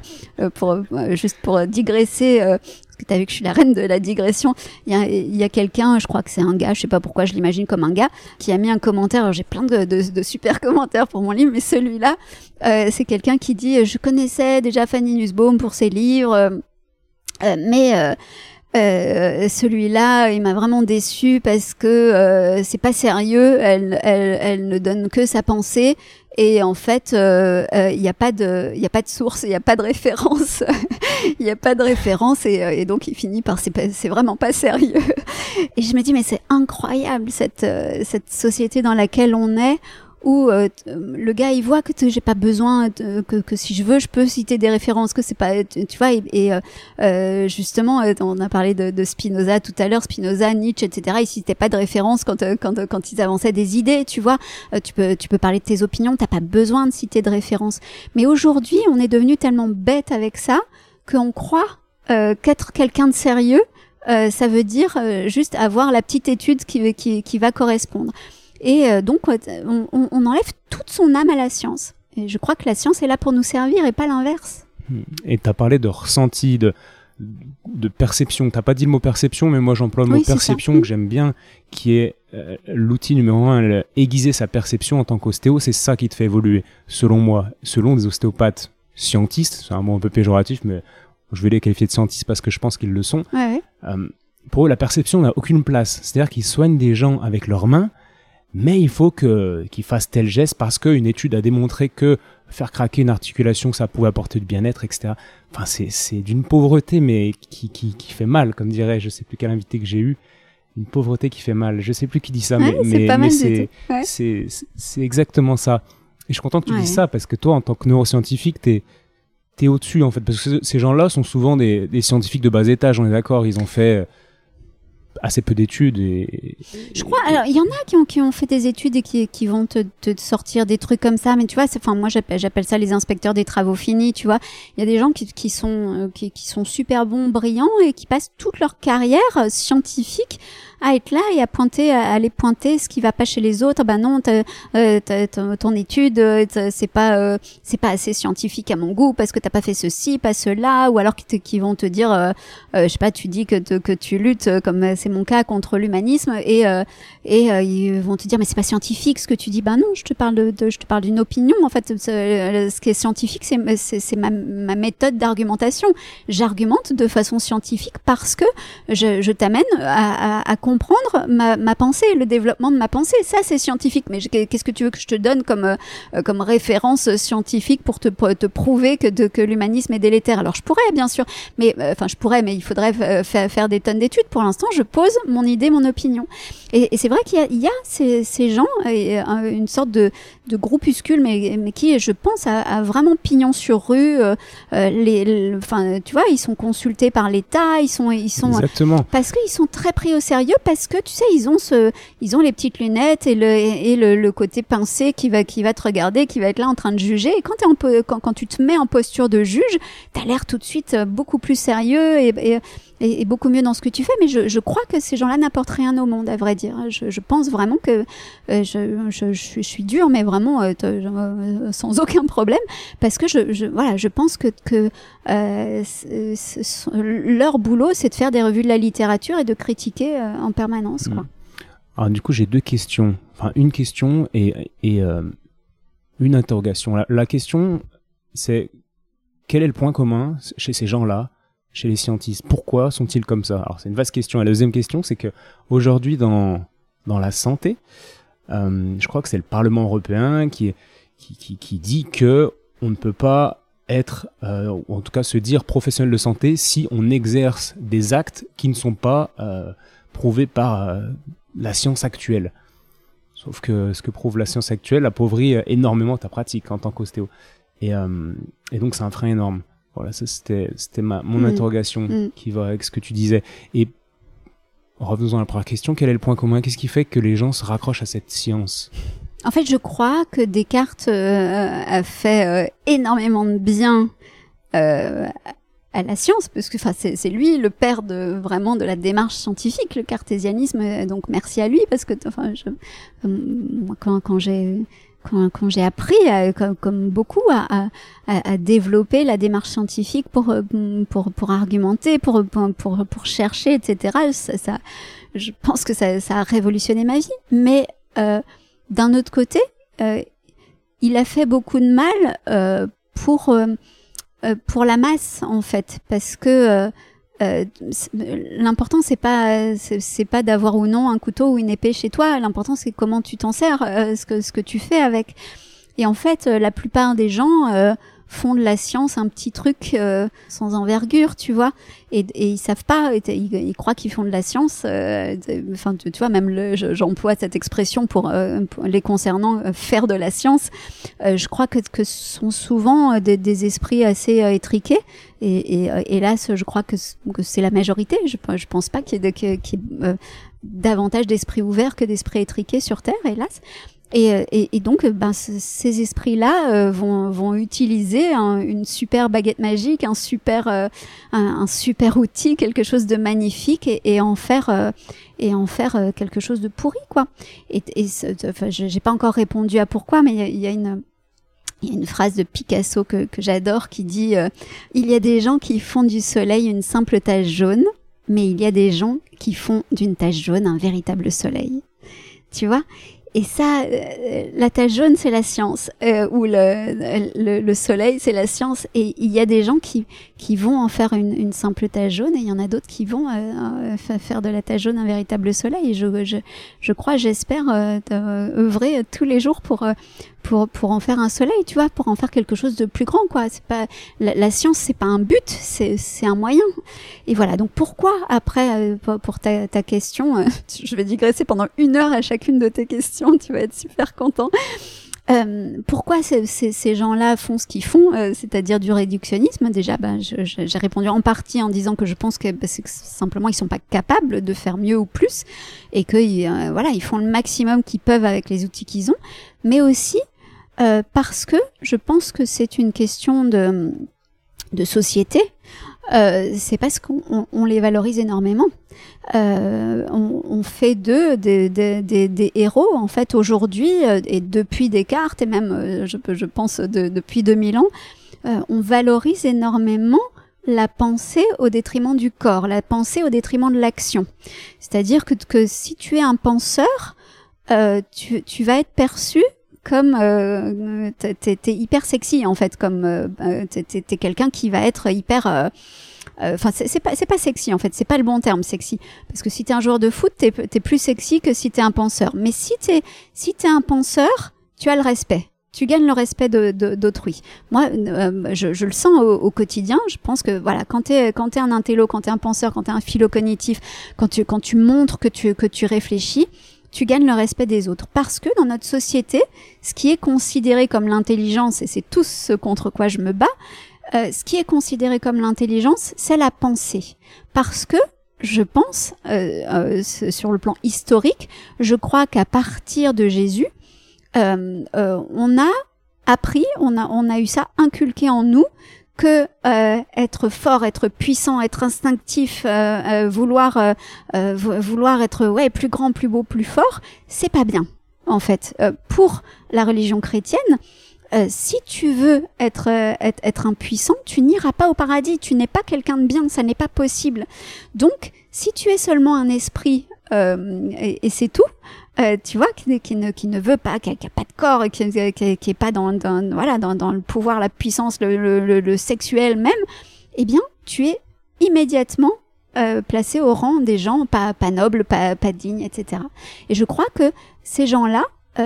Speaker 1: Juste pour digresser. Parce que t'as vu que je suis la reine de la digression. Il y a quelqu'un, je crois que c'est un gars, je sais pas pourquoi je l'imagine comme un gars, qui a mis un commentaire. Alors j'ai plein de super commentaires pour mon livre, mais celui-là, c'est quelqu'un qui dit je connaissais déjà Fanny Nussbaum pour ses livres, mais celui-là, il m'a vraiment déçu parce que c'est pas sérieux. Elle ne donne que sa pensée. Et en fait, il y a pas de source, il y a pas de référence, il y a pas de référence et donc il finit par c'est vraiment pas sérieux. Et je me dis mais c'est incroyable cette société dans laquelle on est où le gars il voit que j'ai pas besoin que si je veux je peux citer des références, que c'est pas, tu vois, et justement on a parlé de Spinoza tout à l'heure, Spinoza, Nietzsche, etc. Ils citaient pas de références quand ils avançaient des idées, tu vois. Tu peux parler de tes opinions, t'as pas besoin de citer de références. Mais aujourd'hui on est devenu tellement bête avec ça qu'on croit qu'être quelqu'un de sérieux ça veut dire juste avoir la petite étude qui va correspondre. Et donc, on enlève toute son âme à la science. Et je crois que la science est là pour nous servir et pas l'inverse.
Speaker 2: Et tu as parlé de ressenti, de perception. Tu n'as pas dit le mot perception, mais moi j'emploie le mot perception que j'aime bien, qui est l'outil numéro 1, aiguiser sa perception en tant qu'ostéo. C'est ça qui te fait évoluer, selon moi, selon des ostéopathes scientistes, c'est un mot un peu péjoratif, mais je vais les qualifier de scientistes parce que je pense qu'ils le sont.
Speaker 1: Ouais.
Speaker 2: Pour eux, la perception n'a aucune place. C'est-à-dire qu'ils soignent des gens avec leurs mains, mais il faut qu'ils fassent tel geste parce qu'une étude a démontré que faire craquer une articulation, ça pouvait apporter du bien-être, etc. Enfin, c'est d'une pauvreté, mais qui fait mal, comme dirait, je sais plus quel invité que j'ai eu, une pauvreté qui fait mal. Je sais plus qui dit ça, c'est exactement ça. Et je suis content que tu dises ça, parce que toi, en tant que neuroscientifique, t'es au-dessus, en fait, parce que ces gens-là sont souvent des scientifiques de bas étage, on est d'accord, ils ont fait assez peu d'études
Speaker 1: je crois, alors il y en a qui ont fait des études et qui vont te sortir des trucs comme ça, mais tu vois, moi j'appelle ça les inspecteurs des travaux finis, tu vois. Il y a des gens qui sont super bons, brillants, et qui passent toute leur carrière scientifique à être là et à aller pointer ce qui va pas chez les autres. Ben non, ton étude, c'est pas assez scientifique à mon goût parce que t'as pas fait ceci, pas cela, ou alors qui vont te dire, je sais pas, tu dis que tu luttes, comme c'est mon cas, contre l'humanisme, et ils vont te dire mais c'est pas scientifique ce que tu dis. Ben non, je te parle d'une opinion. En fait, ce qui est scientifique, c'est ma méthode d'argumentation. J'argumente de façon scientifique parce que je t'amène à comprendre ma pensée, le développement de ma pensée. Ça, c'est scientifique. Mais qu'est-ce que tu veux que je te donne comme référence scientifique pour te prouver que l'humanisme est délétère? Alors, je pourrais, bien sûr, mais il faudrait faire des tonnes d'études. Pour l'instant, je pose mon idée, mon opinion. Et c'est vrai qu'il y a ces gens, une sorte de groupuscule, mais qui, je pense, a vraiment pignon sur rue. Tu vois, ils sont consultés par l'État, ils sont
Speaker 2: Exactement.
Speaker 1: Parce qu'ils sont très pris au sérieux, parce que tu sais, ils ont les petites lunettes et le côté pincé qui va te regarder, qui va être là en train de juger. Et quand tu te mets en posture de juge, t'as l'air tout de suite beaucoup plus sérieux et beaucoup mieux dans ce que tu fais. Mais je crois que ces gens-là n'apportent rien au monde, à vrai dire. Je pense vraiment que je suis dure, mais vraiment sans aucun problème, parce que je pense que leur boulot, c'est de faire des revues de la littérature et de critiquer en permanence, quoi.
Speaker 2: Alors du coup, j'ai deux questions. Enfin, une question et une interrogation. La question, c'est quel est le point commun chez ces gens-là, chez les scientifiques? Pourquoi sont-ils comme ça? Alors c'est une vaste question. Et la deuxième question, c'est que aujourd'hui dans la santé, je crois que c'est le Parlement européen qui dit que on ne peut pas être, ou en tout cas se dire professionnel de santé si on exerce des actes qui ne sont pas prouvés par la science actuelle. Sauf que ce que prouve la science actuelle appauvrit énormément ta pratique en tant qu'ostéo. Et donc c'est un frein énorme. Voilà, ça c'était mon interrogation qui va avec ce que tu disais. Et revenons à la première question, quel est le point commun? Qu'est-ce qui fait que les gens se raccrochent à cette science?
Speaker 1: En fait, je crois que Descartes a fait énormément de bien à la science, parce que c'est lui le père vraiment de la démarche scientifique, le cartésianisme. Donc merci à lui, parce que moi, quand j'ai appris, comme beaucoup, à développer la démarche scientifique pour argumenter, pour chercher, etc. Je pense que ça a révolutionné ma vie. Mais d'un autre côté, il a fait beaucoup de mal pour la masse, en fait, parce que l'important c'est pas d'avoir ou non un couteau ou une épée chez toi. L'important c'est comment tu t'en sers, ce que tu fais avec. Et en fait, la plupart des gens font de la science un petit truc sans envergure, tu vois, et ils savent pas, ils croient qu'ils font de la science. Tu vois, même j'emploie cette expression pour les concernant, faire de la science. Je crois que ce sont souvent des esprits assez étriqués, et hélas, je crois que c'est la majorité. Je pense pas qu'il y ait davantage d'esprits ouverts que d'esprits étriqués sur Terre, hélas. Et donc, ces esprits-là vont utiliser une super baguette magique, un super outil, quelque chose de magnifique, et en faire quelque chose de pourri, quoi. J'ai pas encore répondu à pourquoi, mais il y a une phrase de Picasso que j'adore qui dit il y a des gens qui font du soleil une simple tache jaune, mais il y a des gens qui font d'une tache jaune un véritable soleil. Tu vois? Et ça, la tache jaune, c'est la science, ou le soleil, c'est la science. Et il y a des gens qui vont en faire une simple tache jaune, et il y en a d'autres qui vont faire de la tache jaune un véritable soleil. Et je crois, j'espère œuvrer tous les jours pour en faire un soleil, tu vois, pour en faire quelque chose de plus grand, quoi. C'est pas la science, c'est pas un but, c'est un moyen. Et voilà. Donc pourquoi après, pour ta question, je vais digresser pendant 1 heure à chacune de tes questions. Tu vas être super content. Pourquoi ces gens-là font ce qu'ils font, c'est-à-dire du réductionnisme? Déjà, j'ai répondu en partie en disant que je pense que c'est que simplement ils sont pas capables de faire mieux ou plus, et que voilà, ils font le maximum qu'ils peuvent avec les outils qu'ils ont, mais aussi parce que je pense que c'est une question de société. C'est parce qu'on les valorise énormément. On fait d'eux des héros, en fait, aujourd'hui, et depuis Descartes, et même, je pense, depuis 2000 ans, on valorise énormément la pensée au détriment du corps, la pensée au détriment de l'action. C'est-à-dire que si tu es un penseur, tu vas être perçu comme t'es hyper sexy, en fait, comme t'es quelqu'un qui va être hyper enfin c'est pas sexy, en fait, c'est pas le bon terme, sexy, parce que si t'es un joueur de foot, t'es plus sexy que si t'es un penseur. Mais si t'es un penseur, tu as le respect. Tu gagnes le respect d'autrui. Moi, je le sens au quotidien. Je pense que voilà, quand t'es un intello, quand t'es un penseur, quand t'es un philo-cognitif, quand tu montres que tu réfléchis, tu gagnes le respect des autres. Parce que dans notre société, ce qui est considéré comme l'intelligence, et c'est tout ce contre quoi je me bats, ce qui est considéré comme l'intelligence, c'est la pensée. Parce que, je pense, sur le plan historique, je crois qu'à partir de Jésus, on a appris, on a eu ça inculqué en nous, que être fort, être puissant, être instinctif, vouloir être plus grand, plus beau, plus fort, c'est pas bien, en fait. Pour la religion chrétienne, si tu veux être impuissant, tu n'iras pas au paradis, tu n'es pas quelqu'un de bien, ça n'est pas possible. Donc, si tu es seulement un esprit, et c'est tout, tu vois, qui ne veut pas, qui a pas de corps, et qui est pas dans le pouvoir, la puissance, le sexuel même, eh bien, tu es immédiatement placé au rang des gens pas nobles, pas dignes, etc. Et je crois que ces gens-là,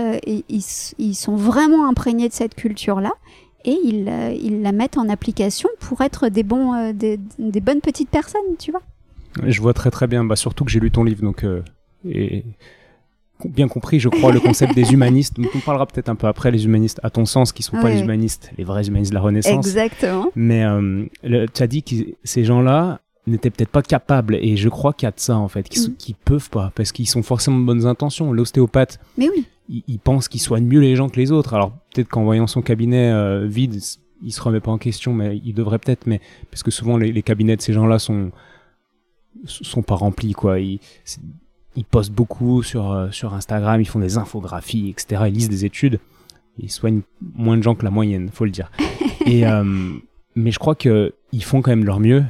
Speaker 1: ils sont vraiment imprégnés de cette culture-là, et ils la mettent en application pour être des bonnes petites personnes, tu vois.
Speaker 2: Je vois très très bien, surtout que j'ai lu ton livre, donc et bien compris, je crois, le concept des humanistes. Donc on parlera peut-être un peu après, les humanistes, à ton sens, qui sont pas les humanistes, les vrais humanistes de la Renaissance.
Speaker 1: Exactement.
Speaker 2: Mais tu as dit que ces gens-là n'étaient peut-être pas capables, et je crois qu'il y a de ça, en fait, qui peuvent pas, parce qu'ils sont forcément de bonnes intentions. L'ostéopathe,
Speaker 1: mais oui,
Speaker 2: il pense qu'il soigne mieux les gens que les autres. Alors peut-être qu'en voyant son cabinet vide, il se remet pas en question, mais il devrait peut-être, mais parce que souvent les cabinets de ces gens-là sont pas remplis, quoi. Ils postent beaucoup sur Instagram, ils font des infographies, etc. Ils lisent des études, ils soignent moins de gens que la moyenne, faut le dire. Et mais je crois que ils font quand même leur mieux,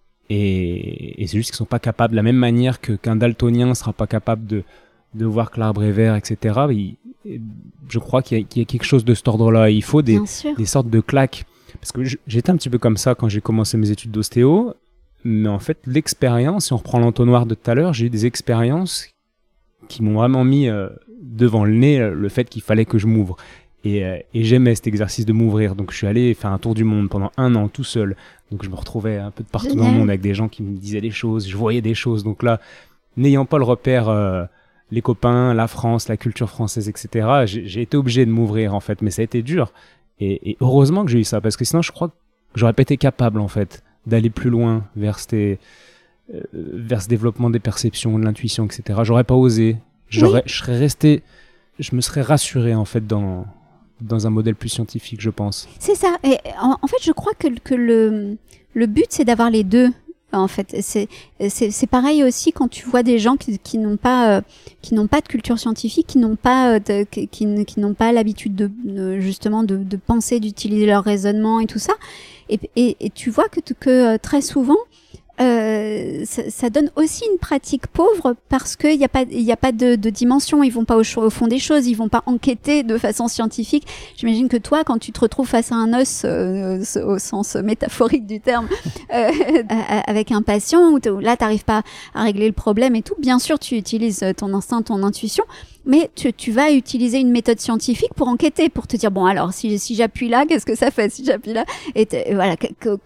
Speaker 2: et c'est juste qu'ils sont pas capables, de la même manière qu'un daltonien sera pas capable de voir que l'arbre est vert, etc. Je crois qu'il y a quelque chose de cet ordre-là. Il faut des sortes de claques, parce que j'étais un petit peu comme ça quand j'ai commencé mes études d'ostéo. Mais en fait, l'expérience, si on reprend l'entonnoir de tout à l'heure, j'ai eu des expériences qui m'ont vraiment mis devant le nez le fait qu'il fallait que je m'ouvre. Et j'aimais cet exercice de m'ouvrir. Donc je suis allé faire un tour du monde pendant 1 an tout seul. Donc je me retrouvais un peu de partout dans le monde avec des gens qui me disaient des choses, je voyais des choses. Donc là, n'ayant pas le repère, les copains, la France, la culture française, etc., j'ai été obligé de m'ouvrir, en fait. Mais ça a été dur. Et heureusement que j'ai eu ça, parce que sinon je crois que j'aurais pas été capable, en fait, d'aller plus loin vers ce développement des perceptions, de l'intuition, etc. J'aurais pas osé. Je serais resté, je me serais rassuré, en fait, dans un modèle plus scientifique, je pense.
Speaker 1: C'est ça. Et en fait, je crois que le but, c'est d'avoir les deux. En fait, c'est pareil aussi quand tu vois des gens qui n'ont pas de culture scientifique, qui n'ont pas l'habitude justement de penser, d'utiliser leur raisonnement et tout ça. Et tu vois que très souvent, ça donne aussi une pratique pauvre parce qu'il n'y a pas de dimension. Ils vont pas au fond des choses, ils vont pas enquêter de façon scientifique. J'imagine que toi, quand tu te retrouves face à un os, au sens métaphorique du terme, avec un patient où là t'arrives pas à régler le problème et tout, bien sûr tu utilises ton instinct, ton intuition, mais tu vas utiliser une méthode scientifique pour enquêter, pour te dire bon alors si j'appuie là, qu'est-ce que ça fait si j'appuie là, et voilà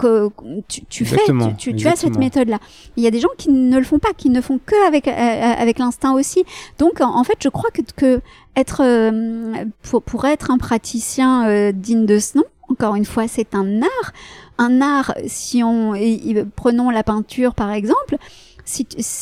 Speaker 1: tu as cette méthode là. Il y a des gens qui ne le font pas, qui ne font que avec l'instinct aussi. Donc en fait je crois que être pour être un praticien digne de ce nom, encore une fois c'est un art. Si prenons la peinture par exemple. Si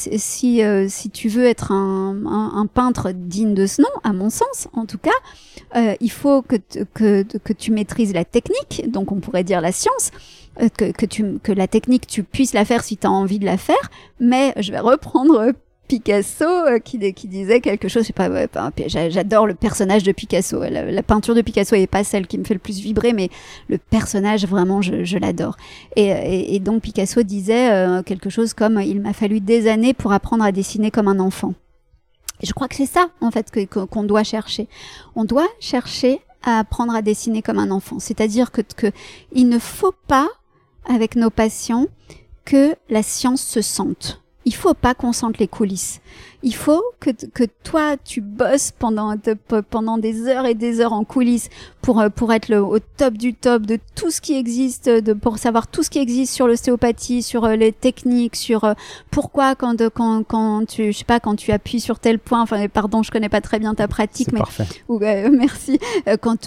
Speaker 1: tu veux être un peintre digne de ce nom, à mon sens, en tout cas, il faut que tu maîtrises la technique, donc on pourrait dire la science, que la technique tu puisses la faire si tu as envie de la faire, mais je vais reprendre Picasso qui disait quelque chose, je sais pas, j'adore le personnage de Picasso. La peinture de Picasso n'est pas celle qui me fait le plus vibrer, mais le personnage vraiment je l'adore. Et donc Picasso disait quelque chose comme il m'a fallu des années pour apprendre à dessiner comme un enfant. Et je crois que c'est ça en fait qu'on doit chercher. On doit chercher à apprendre à dessiner comme un enfant. C'est-à-dire que il ne faut pas avec nos patients que la science se sente. Il faut pas qu'on sente les coulisses. Il faut que toi tu bosses pendant des heures et des heures en coulisses pour être au top du top de tout ce qui existe, pour savoir tout ce qui existe sur l'ostéopathie, sur les techniques, sur pourquoi quand tu appuies sur tel point. Enfin pardon, je connais pas très bien ta pratique, mais
Speaker 2: parfait.
Speaker 1: Merci. Quand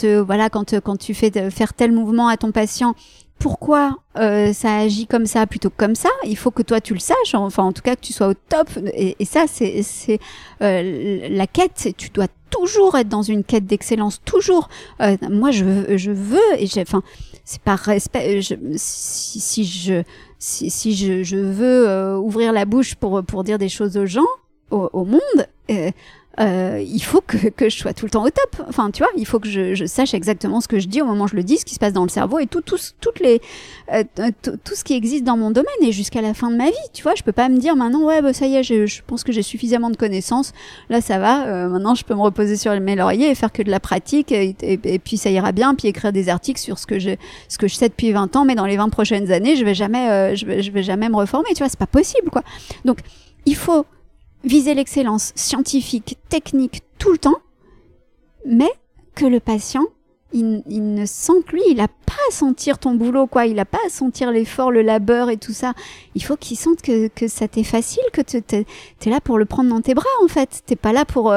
Speaker 1: tu fais faire tel mouvement à ton patient. Pourquoi ça agit comme ça plutôt que comme ça? Il faut que toi tu le saches, enfin en tout cas que tu sois au top. Et ça c'est la quête. Tu dois toujours être dans une quête d'excellence, toujours. Moi je veux et c'est par respect. Si je veux ouvrir la bouche pour dire des choses aux gens, au monde. Il faut que je sois tout le temps au top. Enfin, tu vois, il faut que je sache exactement ce que je dis au moment où je le dis, ce qui se passe dans le cerveau et tout ce qui existe dans mon domaine et jusqu'à la fin de ma vie. Tu vois, je peux pas me dire maintenant, ça y est, je pense que j'ai suffisamment de connaissances. Là, ça va. Maintenant, je peux me reposer sur mes lauriers et faire que de la pratique et puis ça ira bien. Puis écrire des articles sur ce que je sais depuis 20 ans, mais dans les 20 prochaines années, je vais jamais me reformer. Tu vois, c'est pas possible, quoi. Donc, il faut viser l'excellence scientifique, technique, tout le temps, mais que le patient, il ne sente, lui, il a pas à sentir ton boulot, quoi. Il a pas à sentir l'effort, le labeur et tout ça. Il faut qu'il sente que ça t'est facile, que t'es là pour le prendre dans tes bras, en fait. T'es pas là pour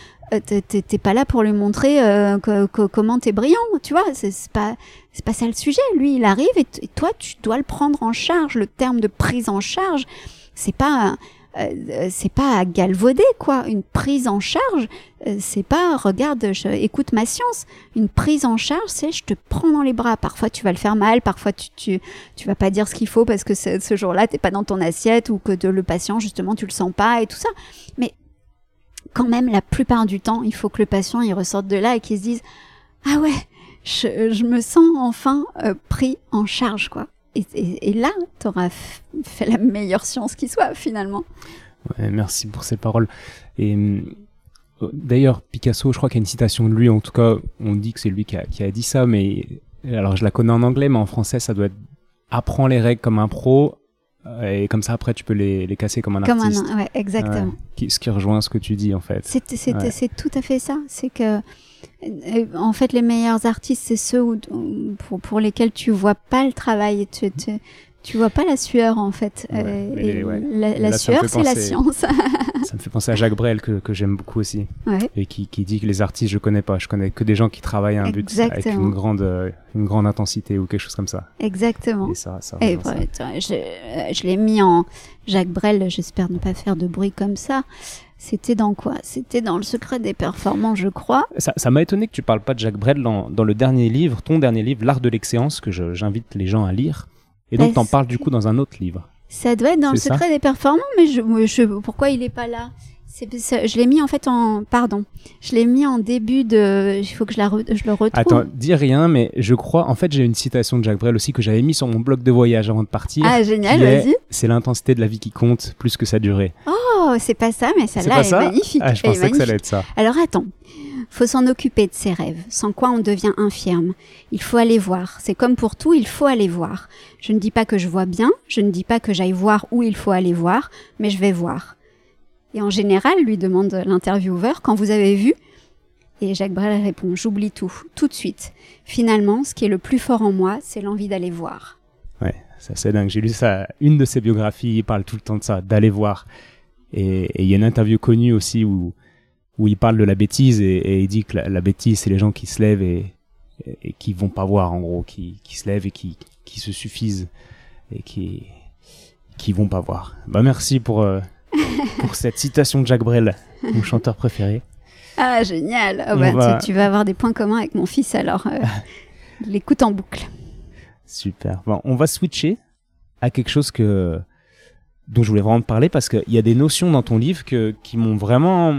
Speaker 1: lui montrer comment t'es brillant, tu vois. C'est pas ça le sujet. Lui, il arrive et toi, tu dois le prendre en charge. Le terme de prise en charge, c'est pas à galvauder, quoi. Une prise en charge, c'est pas regarde, écoute ma science. Une prise en charge, c'est je te prends dans les bras. Parfois tu vas le faire mal, parfois tu vas pas dire ce qu'il faut parce que ce jour-là t'es pas dans ton assiette ou que le patient justement tu le sens pas et tout ça. Mais quand même la plupart du temps, il faut que le patient il ressorte de là et qu'il se dise ah ouais, je me sens enfin pris en charge, quoi. Et là, tu auras fait la meilleure science qui soit, finalement.
Speaker 2: Ouais, merci pour ces paroles. Et d'ailleurs, Picasso, je crois qu'il y a une citation de lui, en tout cas, on dit que c'est lui qui a dit ça, mais alors je la connais en anglais, mais en français, ça doit être « Apprends les règles comme un pro ». Et comme ça, après, tu peux les casser comme un artiste.
Speaker 1: Ouais, exactement.
Speaker 2: Ouais, ce qui rejoint ce que tu dis, en fait.
Speaker 1: C'est tout à fait ça. C'est que, en fait, les meilleurs artistes, c'est ceux pour lesquels tu vois pas le travail. Tu vois pas la sueur, en fait. La sueur, c'est la science.
Speaker 2: Ça me fait penser à Jacques Brel, que j'aime beaucoup aussi. Ouais. Et qui dit que les artistes, je connais pas. Je connais que des gens qui travaillent à un but avec une grande intensité ou quelque chose comme ça.
Speaker 1: Exactement.
Speaker 2: Et ça
Speaker 1: je l'ai mis en Jacques Brel, j'espère ne pas faire de bruit comme ça. C'était dans quoi? C'était dans Le secret des performants, je crois.
Speaker 2: Ça m'a étonné que tu parles pas de Jacques Brel dans le dernier livre, ton dernier livre, L'art de l'excellence, que j'invite les gens à lire. Et donc, t'en parles du coup dans un autre livre.
Speaker 1: Ça doit être dans Le secret des performants, mais pourquoi il est pas là? Je l'ai mis en fait je l'ai mis en début de... Il faut que je le retrouve.
Speaker 2: Attends, dis rien, mais je crois... En fait, j'ai une citation de Jacques Brel aussi que j'avais mis sur mon blog de voyage avant de partir.
Speaker 1: Ah, génial, vas-y.
Speaker 2: C'est l'intensité de la vie qui compte plus que sa durée.
Speaker 1: Oh, c'est pas ça, mais celle-là est magnifique.
Speaker 2: Ah, je pensais que ça allait être ça.
Speaker 1: Alors attends, faut s'en occuper de ses rêves, sans quoi on devient infirme. Il faut aller voir. C'est comme pour tout, il faut aller voir. Je ne dis pas que je vois bien, je ne dis pas que j'aille voir où il faut aller voir, mais je vais voir. Et en général, lui demande l'intervieweur, quand vous avez vu, et Jacques Brel répond, j'oublie tout de suite. Finalement, ce qui est le plus fort en moi, c'est l'envie d'aller voir.
Speaker 2: Ouais, ça c'est dingue. J'ai lu ça, une de ses biographies, il parle tout le temps de ça, d'aller voir. Et il y a une interview connue aussi où il parle de la bêtise et il dit que la bêtise, c'est les gens qui se lèvent et qui vont pas voir, en gros, qui se lèvent et qui se suffisent et qui vont pas voir. Bah merci pour cette citation de Jacques Brel, mon chanteur préféré.
Speaker 1: Ah, génial. Tu vas avoir des points communs avec mon fils, alors l'écoute en boucle.
Speaker 2: Super. Bon, on va switcher à quelque chose dont je voulais vraiment te parler, parce qu'il y a des notions dans ton livre qui m'ont vraiment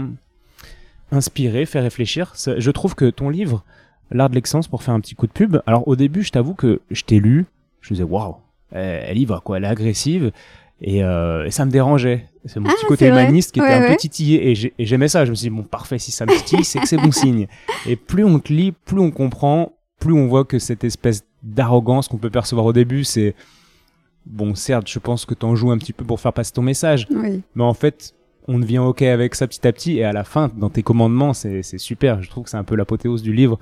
Speaker 2: inspiré, fait réfléchir. Je trouve que ton livre, L'Art de l'excellence, pour faire un petit coup de pub, alors au début, je t'avoue que je t'ai lu, je me disais, waouh, elle y va, quoi, elle est agressive. Et ça me dérangeait. C'est mon petit côté humaniste qui était un peu titillé. Et j'aimais ça. Je me suis dit, bon, parfait, si ça me titille, c'est que c'est bon signe. Et plus on te lit, plus on comprend, plus on voit que cette espèce d'arrogance qu'on peut percevoir au début, c'est... Bon, certes, je pense que t'en joues un petit peu pour faire passer ton message. Oui. Mais en fait, on devient OK avec ça petit à petit. Et à la fin, dans tes commandements, c'est super. Je trouve que c'est un peu l'apothéose du livre.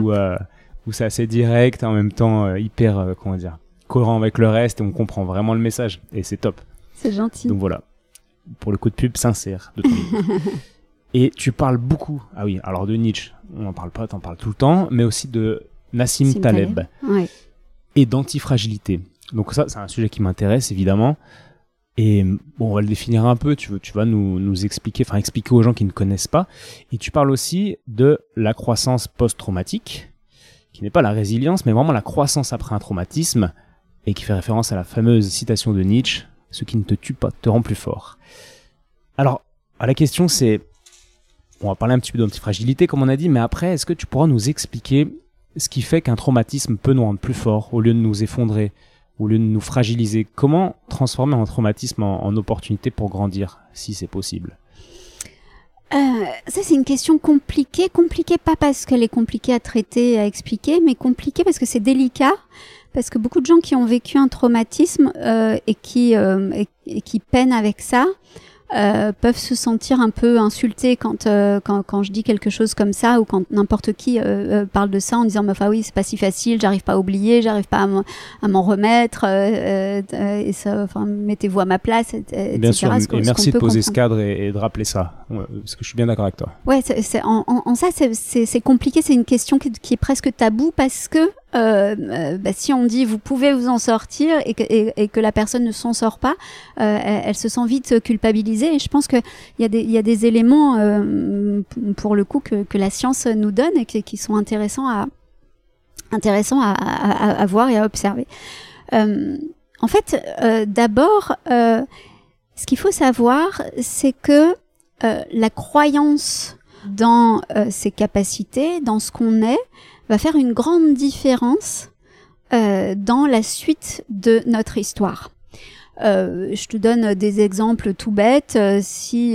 Speaker 2: Où c'est assez direct, en même temps hyper, cohérent avec le reste, et on comprend vraiment le message. Et c'est top.
Speaker 1: C'est gentil.
Speaker 2: Donc voilà, pour le coup de pub sincère de ton livre. Et tu parles beaucoup, ah oui, alors de Nietzsche, on n'en parle pas, t'en parles tout le temps, mais aussi de Nassim Taleb.
Speaker 1: Ouais.
Speaker 2: Et d'antifragilité. Donc ça, c'est un sujet qui m'intéresse, évidemment. Et bon, on va le définir un peu, tu vas nous expliquer aux gens qui ne connaissent pas. Et tu parles aussi de la croissance post-traumatique, qui n'est pas la résilience, mais vraiment la croissance après un traumatisme, et qui fait référence à la fameuse citation de Nietzsche, « Ce qui ne te tue pas te rend plus fort ». Alors, la question c'est, on va parler un petit peu d'antifragilité comme on a dit, mais après, est-ce que tu pourras nous expliquer ce qui fait qu'un traumatisme peut nous rendre plus forts, au lieu de nous effondrer, au lieu de nous fragiliser? Comment transformer un traumatisme en opportunité pour grandir, si c'est possible?
Speaker 1: Ça, c'est une question compliquée pas parce qu'elle est compliquée à traiter, à expliquer, mais compliquée parce que c'est délicat. Parce que beaucoup de gens qui ont vécu un traumatisme et qui peinent avec ça peuvent se sentir un peu insultés quand je dis quelque chose comme ça, ou quand n'importe qui parle de ça en disant enfin oui, c'est pas si facile, j'arrive pas à oublier, j'arrive pas à m'en remettre, et ça, enfin, mettez-vous à ma place, etc.
Speaker 2: Bien sûr, et merci de poser ce cadre et de rappeler ça, parce que je suis bien d'accord avec toi.
Speaker 1: Ouais, en ça c'est compliqué, c'est une question qui est presque taboue, parce que si on dit vous pouvez vous en sortir et que la personne ne s'en sort pas, elle se sent vite culpabilisée. Et je pense que il y a des éléments pour le coup que la science nous donne et qui sont intéressants à voir et à observer. En fait, d'abord, ce qu'il faut savoir, c'est que la croyance dans ses capacités, dans ce qu'on est, va faire une grande différence dans la suite de notre histoire. Je te donne des exemples tout bêtes. Si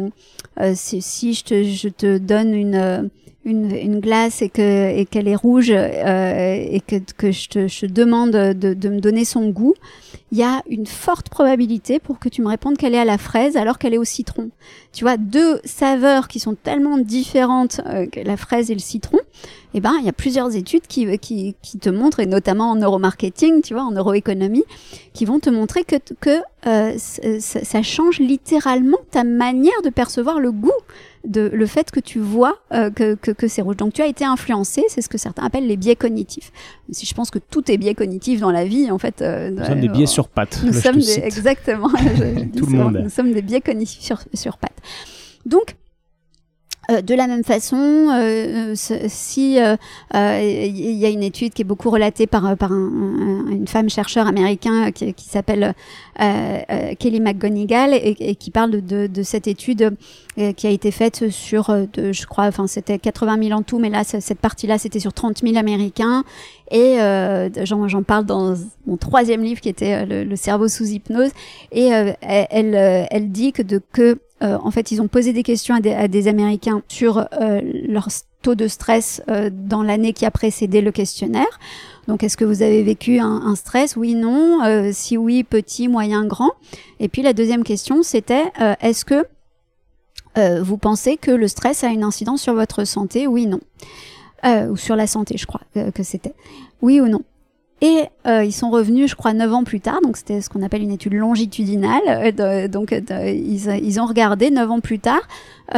Speaker 1: je te donne une glace et qu'elle est rouge et que je te demande de me donner son goût, il y a une forte probabilité pour que tu me répondes qu'elle est à la fraise alors qu'elle est au citron. Tu vois, deux saveurs qui sont tellement différentes que la fraise et le citron. Eh ben, il y a plusieurs études qui te montrent, et notamment en neuromarketing, tu vois, en neuroéconomie, qui vont te montrer que ça change littéralement ta manière de percevoir le goût, le fait que tu vois que c'est rouge. Donc tu as été influencé, c'est ce que certains appellent les biais cognitifs. Si je pense que tout est biais cognitif dans la vie, en fait.
Speaker 2: Nous sommes des biais sur pattes.
Speaker 1: Nous sommes exactement.
Speaker 2: Tout le monde.
Speaker 1: Nous sommes des biais cognitifs sur pattes. Donc De la même façon, si il y a une étude qui est beaucoup relatée par une femme chercheur américain qui s'appelle Kelly McGonigal et qui parle de cette étude qui a été faite sur, je crois, enfin c'était 80 000 en tout, mais là cette partie-là c'était sur 30 000 Américains et j'en parle dans mon 3e livre qui était le cerveau sous hypnose et elle dit que en fait, ils ont posé des questions à des Américains sur leur taux de stress dans l'année qui a précédé le questionnaire. Donc, est-ce que vous avez vécu un stress? Oui, non. Si oui, petit, moyen, grand. Et puis, la deuxième question, c'était est-ce que vous pensez que le stress a une incidence sur votre santé? Oui, non. Ou sur la santé, je crois que c'était. Oui ou non? Et ils sont revenus, je crois, 9 ans plus tard. Donc, c'était ce qu'on appelle une étude longitudinale. Ils ont regardé 9 ans plus tard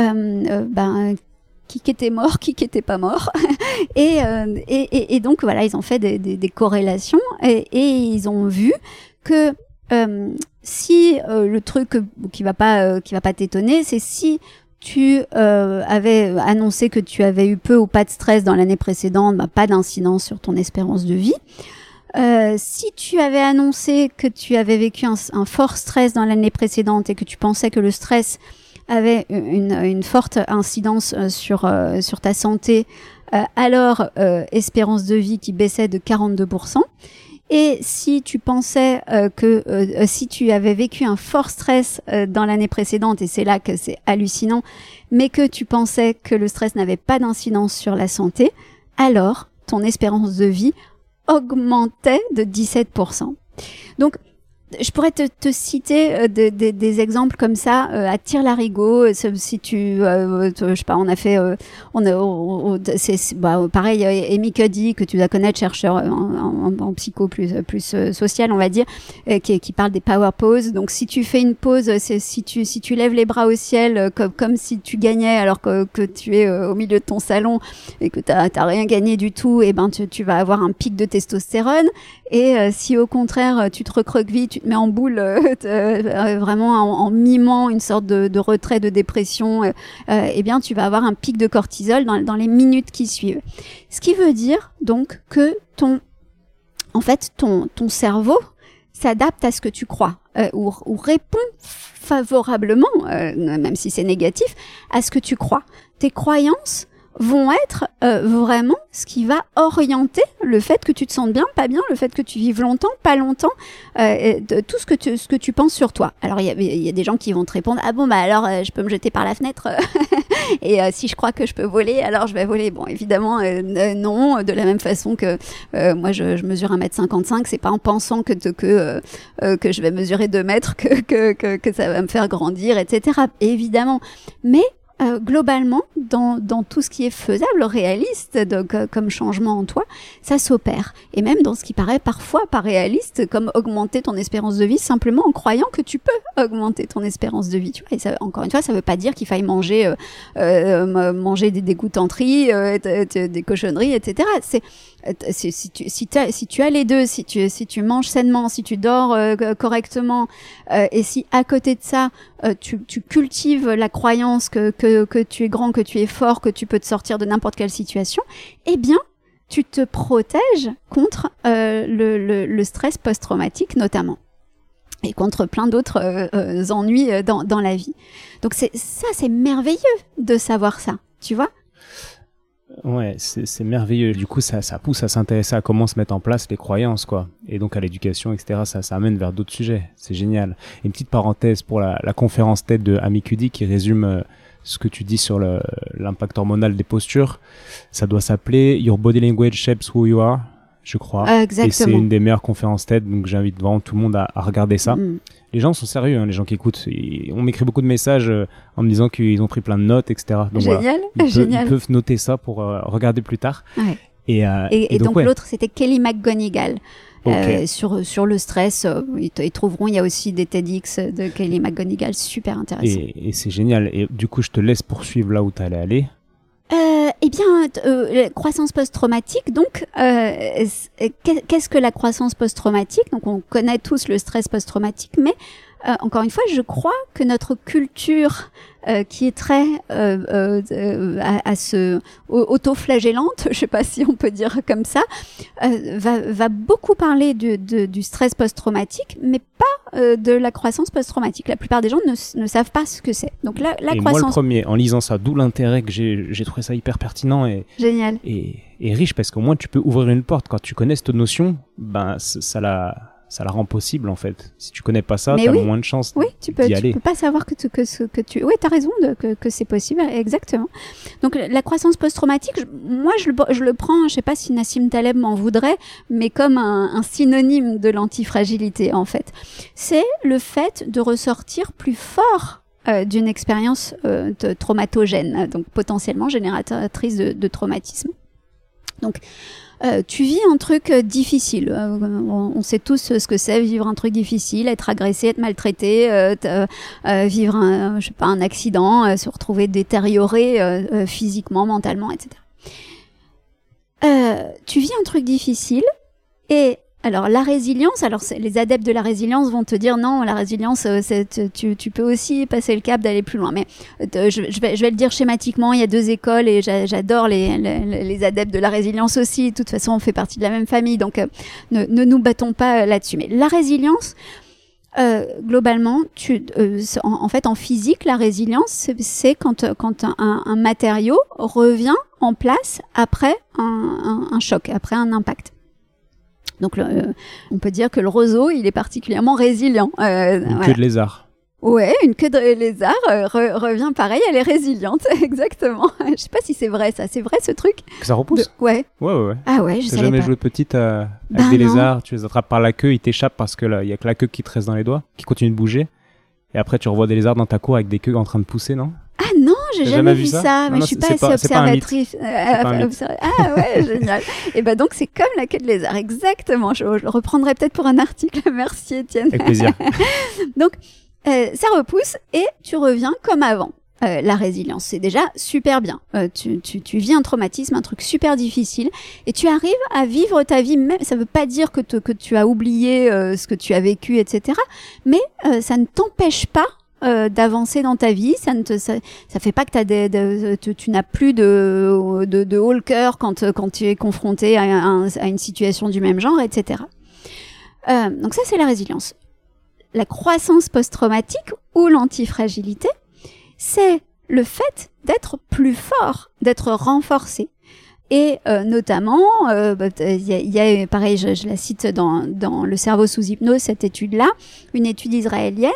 Speaker 1: qui était mort, qui était pas mort. et donc, voilà, ils ont fait des corrélations et ils ont vu que si le truc qui va pas t'étonner, c'est si tu avais annoncé que tu avais eu peu ou pas de stress dans l'année précédente, pas d'incidence sur ton espérance de vie. Si tu avais annoncé que tu avais vécu un fort stress dans l'année précédente et que tu pensais que le stress avait une forte incidence sur ta santé, alors espérance de vie qui baissait de 42%. Et si tu pensais que si tu avais vécu un fort stress dans l'année précédente, et c'est là que c'est hallucinant, mais que tu pensais que le stress n'avait pas d'incidence sur la santé, alors ton espérance de vie augmentait de 17%. Donc, je pourrais te citer des exemples comme ça à tire-larigot. Si tu, je sais pas, on a fait, pareil, Amy Cuddy que tu dois connaître, chercheur en psycho plus social, on va dire, qui parle des power poses. Donc, si tu fais une pause, si tu lèves les bras au ciel comme si tu gagnais alors que tu es au milieu de ton salon et que t'as rien gagné du tout, et ben tu vas avoir un pic de testostérone. Et si au contraire tu te recroquevilles, tu te mets en boule, vraiment en mimant une sorte de retrait de dépression, eh bien tu vas avoir un pic de cortisol dans les minutes qui suivent. Ce qui veut dire donc que ton cerveau s'adapte à ce que tu crois ou répond favorablement, même si c'est négatif, à ce que tu crois. Tes croyances vont être vraiment ce qui va orienter le fait que tu te sentes bien, pas bien, le fait que tu vives longtemps, pas longtemps, tout ce que tu penses sur toi. Alors il y a des gens qui vont te répondre alors je peux me jeter par la fenêtre et si je crois que je peux voler, alors je vais voler. Bon, évidemment non, de la même façon que moi je mesure 1m55, c'est pas en pensant que je vais mesurer 2 mètres que ça va me faire grandir, etc. Évidemment, mais globalement, dans tout ce qui est faisable, réaliste, comme changement en toi, ça s'opère. Et même dans ce qui paraît parfois pas réaliste, comme augmenter ton espérance de vie simplement en croyant que tu peux augmenter ton espérance de vie. Tu vois, et ça, encore une fois, ça veut pas dire qu'il faille manger des dégoûtanteries, des cochonneries, etc. Si tu as les deux, si tu manges sainement, si tu dors correctement, et si à côté de ça tu cultives la croyance que tu es grand, que tu es fort, que tu peux te sortir de n'importe quelle situation, eh bien tu te protèges contre le stress post-traumatique notamment, et contre plein d'autres ennuis dans la vie. Donc c'est merveilleux de savoir ça, tu vois.
Speaker 2: Ouais, c'est merveilleux. Du coup, ça pousse à s'intéresser à comment se mettre en place les croyances, quoi. Et donc à l'éducation, etc. Ça amène vers d'autres sujets. C'est génial. Et une petite parenthèse pour la conférence TED de Amy Cuddy qui résume ce que tu dis sur l'impact hormonal des postures. Ça doit s'appeler Your Body Language Shapes Who You Are, je crois.
Speaker 1: Exactement.
Speaker 2: Et c'est une des meilleures conférences TED, donc j'invite vraiment tout le monde à regarder ça. Les gens sont sérieux, les gens qui écoutent. On m'écrit beaucoup de messages en me disant qu'ils ont pris plein de notes, etc. Donc
Speaker 1: génial,
Speaker 2: voilà,
Speaker 1: génial.
Speaker 2: Ils peuvent noter ça pour regarder plus tard.
Speaker 1: Ouais.
Speaker 2: Et
Speaker 1: donc
Speaker 2: ouais.
Speaker 1: l'autre, c'était Kelly McGonigal.
Speaker 2: Okay.
Speaker 1: Sur le stress, ils trouveront, il y a aussi des TEDx de Kelly McGonigal, super intéressant.
Speaker 2: Et c'est génial. Et du coup, je te laisse poursuivre là où tu allais aller.
Speaker 1: Eh bien, croissance post-traumatique, donc, qu'est-ce que la croissance post-traumatique? Donc, on connaît tous le stress post-traumatique, mais encore une fois, je crois que notre culture qui est très à se auto-flagellante, je sais pas si on peut dire comme ça, va beaucoup parler du stress post-traumatique, mais pas de la croissance post-traumatique. La plupart des gens ne savent pas ce que c'est. Donc la croissance.
Speaker 2: Moi le premier, en lisant ça, d'où l'intérêt que j'ai trouvé ça hyper pertinent et
Speaker 1: génial
Speaker 2: et riche, parce qu'au moins tu peux ouvrir une porte. Quand tu connais cette notion, ben ça la rend possible en fait. Si tu connais pas ça, t'as moins de chance d'y aller. Tu peux
Speaker 1: pas savoir que tu. Oui, t'as raison que c'est possible, exactement. Donc la croissance post-traumatique, moi je le prends, je sais pas si Nassim Taleb m'en voudrait, mais comme un synonyme de l'antifragilité en fait. C'est le fait de ressortir plus fort d'une expérience traumatogène, donc potentiellement génératrice de traumatisme. Donc tu vis un truc difficile. On sait tous ce que c'est vivre un truc difficile, être agressé, être maltraité, vivre un accident, se retrouver détérioré physiquement, mentalement, etc. Tu vis un truc difficile et alors la résilience, les adeptes de la résilience vont te dire non, la résilience, tu peux aussi passer le cap d'aller plus loin. Mais je vais le dire schématiquement, il y a 2 écoles et j'adore les adeptes de la résilience aussi. De toute façon, on fait partie de la même famille, donc ne nous battons pas là-dessus. Mais la résilience, globalement, en fait, en physique, la résilience, c'est quand un matériau revient en place après un choc, après un impact. Donc, on peut dire que le roseau, il est particulièrement résilient.
Speaker 2: Une queue de lézard.
Speaker 1: Ouais, une queue de lézard revient pareil, elle est résiliente, exactement. Je sais pas si c'est vrai, ça. C'est vrai, ce truc?
Speaker 2: Que ça repousse?
Speaker 1: Ouais.
Speaker 2: Ouais.
Speaker 1: Ah ouais, je savais pas.
Speaker 2: T'as jamais joué petite avec des lézards, tu les attrapes par la queue, ils t'échappent parce que là, il y a que la queue qui te reste dans les doigts, qui continue de bouger. Et après, tu revois des lézards dans ta cour avec des queues en train de pousser, non?
Speaker 1: Ah non, j'ai jamais vu ça. Mais
Speaker 2: non,
Speaker 1: je suis pas assez observatrice.
Speaker 2: Ah
Speaker 1: ouais, génial. Et ben donc c'est comme la queue de lézard, exactement. Je le reprendrai peut-être pour un article. Merci Étienne.
Speaker 2: Avec plaisir.
Speaker 1: Donc ça repousse et tu reviens comme avant. La résilience, c'est déjà super bien. Tu vis un traumatisme, un truc super difficile, et tu arrives à vivre ta vie. Même, ça veut pas dire que tu as oublié ce que tu as vécu, etc. Mais ça ne t'empêche pas d'avancer dans ta vie. Ça fait pas que tu n'as plus de haut le cœur quand tu es confronté à une situation du même genre, etc. Donc ça, c'est la résilience. La croissance post-traumatique ou l'antifragilité, c'est le fait d'être plus fort, d'être renforcé. Et notamment, il y a pareil, je la cite dans Le cerveau sous hypnose, cette étude-là, une étude israélienne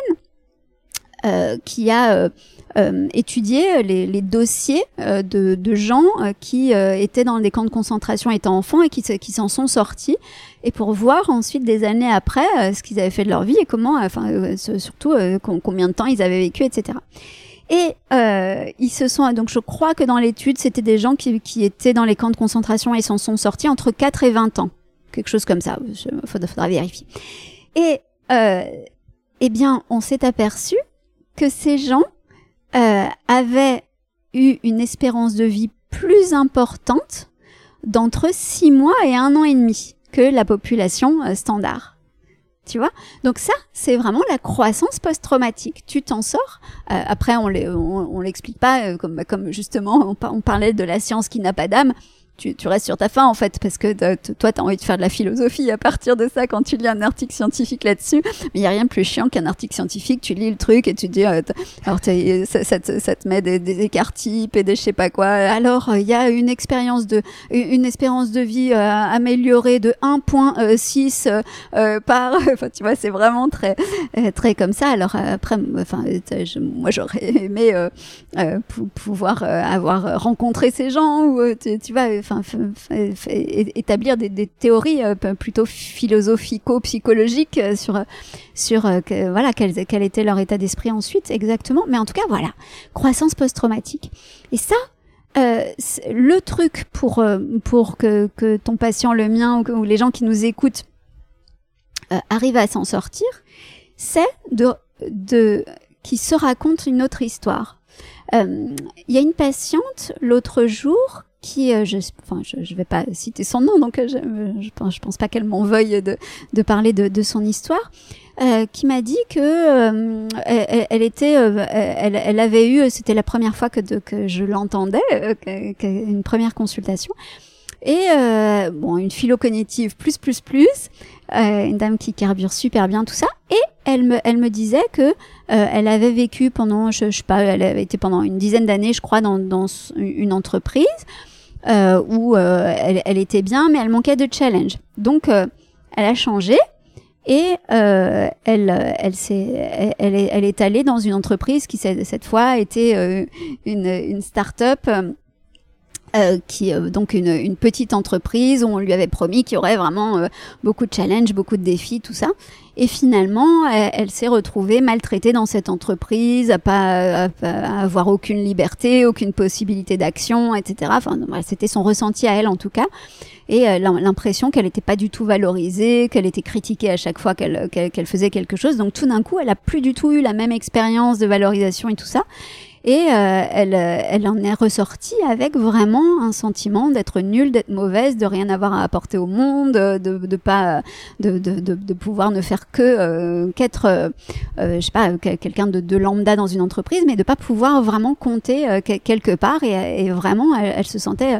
Speaker 1: qui a étudié les dossiers de gens qui étaient dans des camps de concentration étant enfants et qui s'en sont sortis, et pour voir ensuite des années après ce qu'ils avaient fait de leur vie et comment, surtout combien de temps ils avaient vécu, etc. Et ils se sont, donc je crois que dans l'étude, c'était des gens qui étaient dans les camps de concentration et s'en sont sortis entre 4 et 20 ans. Quelque chose comme ça, faudra vérifier. Et eh bien, on s'est aperçu que ces gens avaient eu une espérance de vie plus importante d'entre 6 mois et 1 an et demi que la population standard. Tu vois? Donc ça, c'est vraiment la croissance post-traumatique. Tu t'en sors. Après, on l'explique pas comme justement on parlait de la science qui n'a pas d'âme. Tu restes sur ta faim en fait, parce que toi t'as envie de faire de la philosophie à partir de ça quand tu lis un article scientifique là-dessus. Mais il y a rien de plus chiant qu'un article scientifique. Tu lis le truc et tu te dis alors ça te met des écarts types et des je sais pas quoi. Alors il y a une espérance de vie améliorée de 1.6 par. Enfin tu vois, c'est vraiment très très comme ça. Alors après, moi j'aurais aimé pouvoir avoir rencontré ces gens ou tu vois. Établir des théories plutôt philosophico-psychologiques sur quel était leur état d'esprit ensuite exactement. Mais en tout cas, voilà, croissance post-traumatique. Et ça, le truc pour que ton patient, le mien ou les gens qui nous écoutent arrivent à s'en sortir, c'est qui se raconte une autre histoire. Il y a une patiente l'autre jour qui, je vais pas citer son nom, donc je pense pas qu'elle m'en veuille de parler de son histoire, qui m'a dit que elle avait eu, c'était la première fois que je l'entendais, une première consultation, et une phylocognitive plus, une dame qui carbure super bien tout ça, et elle me disait que elle avait vécu pendant, je sais pas, elle avait été pendant une dizaine d'années, je crois, dans une entreprise où elle était bien, mais elle manquait de challenge. Donc elle a changé et elle est allée dans une entreprise qui cette fois était une start-up. Donc une petite entreprise où on lui avait promis qu'il y aurait vraiment beaucoup de challenges, beaucoup de défis, tout ça. Et finalement, elle s'est retrouvée maltraitée dans cette entreprise, à avoir aucune liberté, aucune possibilité d'action, etc. Enfin, c'était son ressenti à elle en tout cas. Et l'impression qu'elle n'était pas du tout valorisée, qu'elle était critiquée à chaque fois qu'elle faisait quelque chose. Donc tout d'un coup, elle a plus du tout eu la même expérience de valorisation et tout ça. Et elle en est ressortie avec vraiment un sentiment d'être nulle, d'être mauvaise, de rien avoir à apporter au monde, de pouvoir ne faire qu'être je sais pas, quelqu'un de lambda dans une entreprise, mais de pas pouvoir vraiment compter quelque part, et vraiment elle se sentait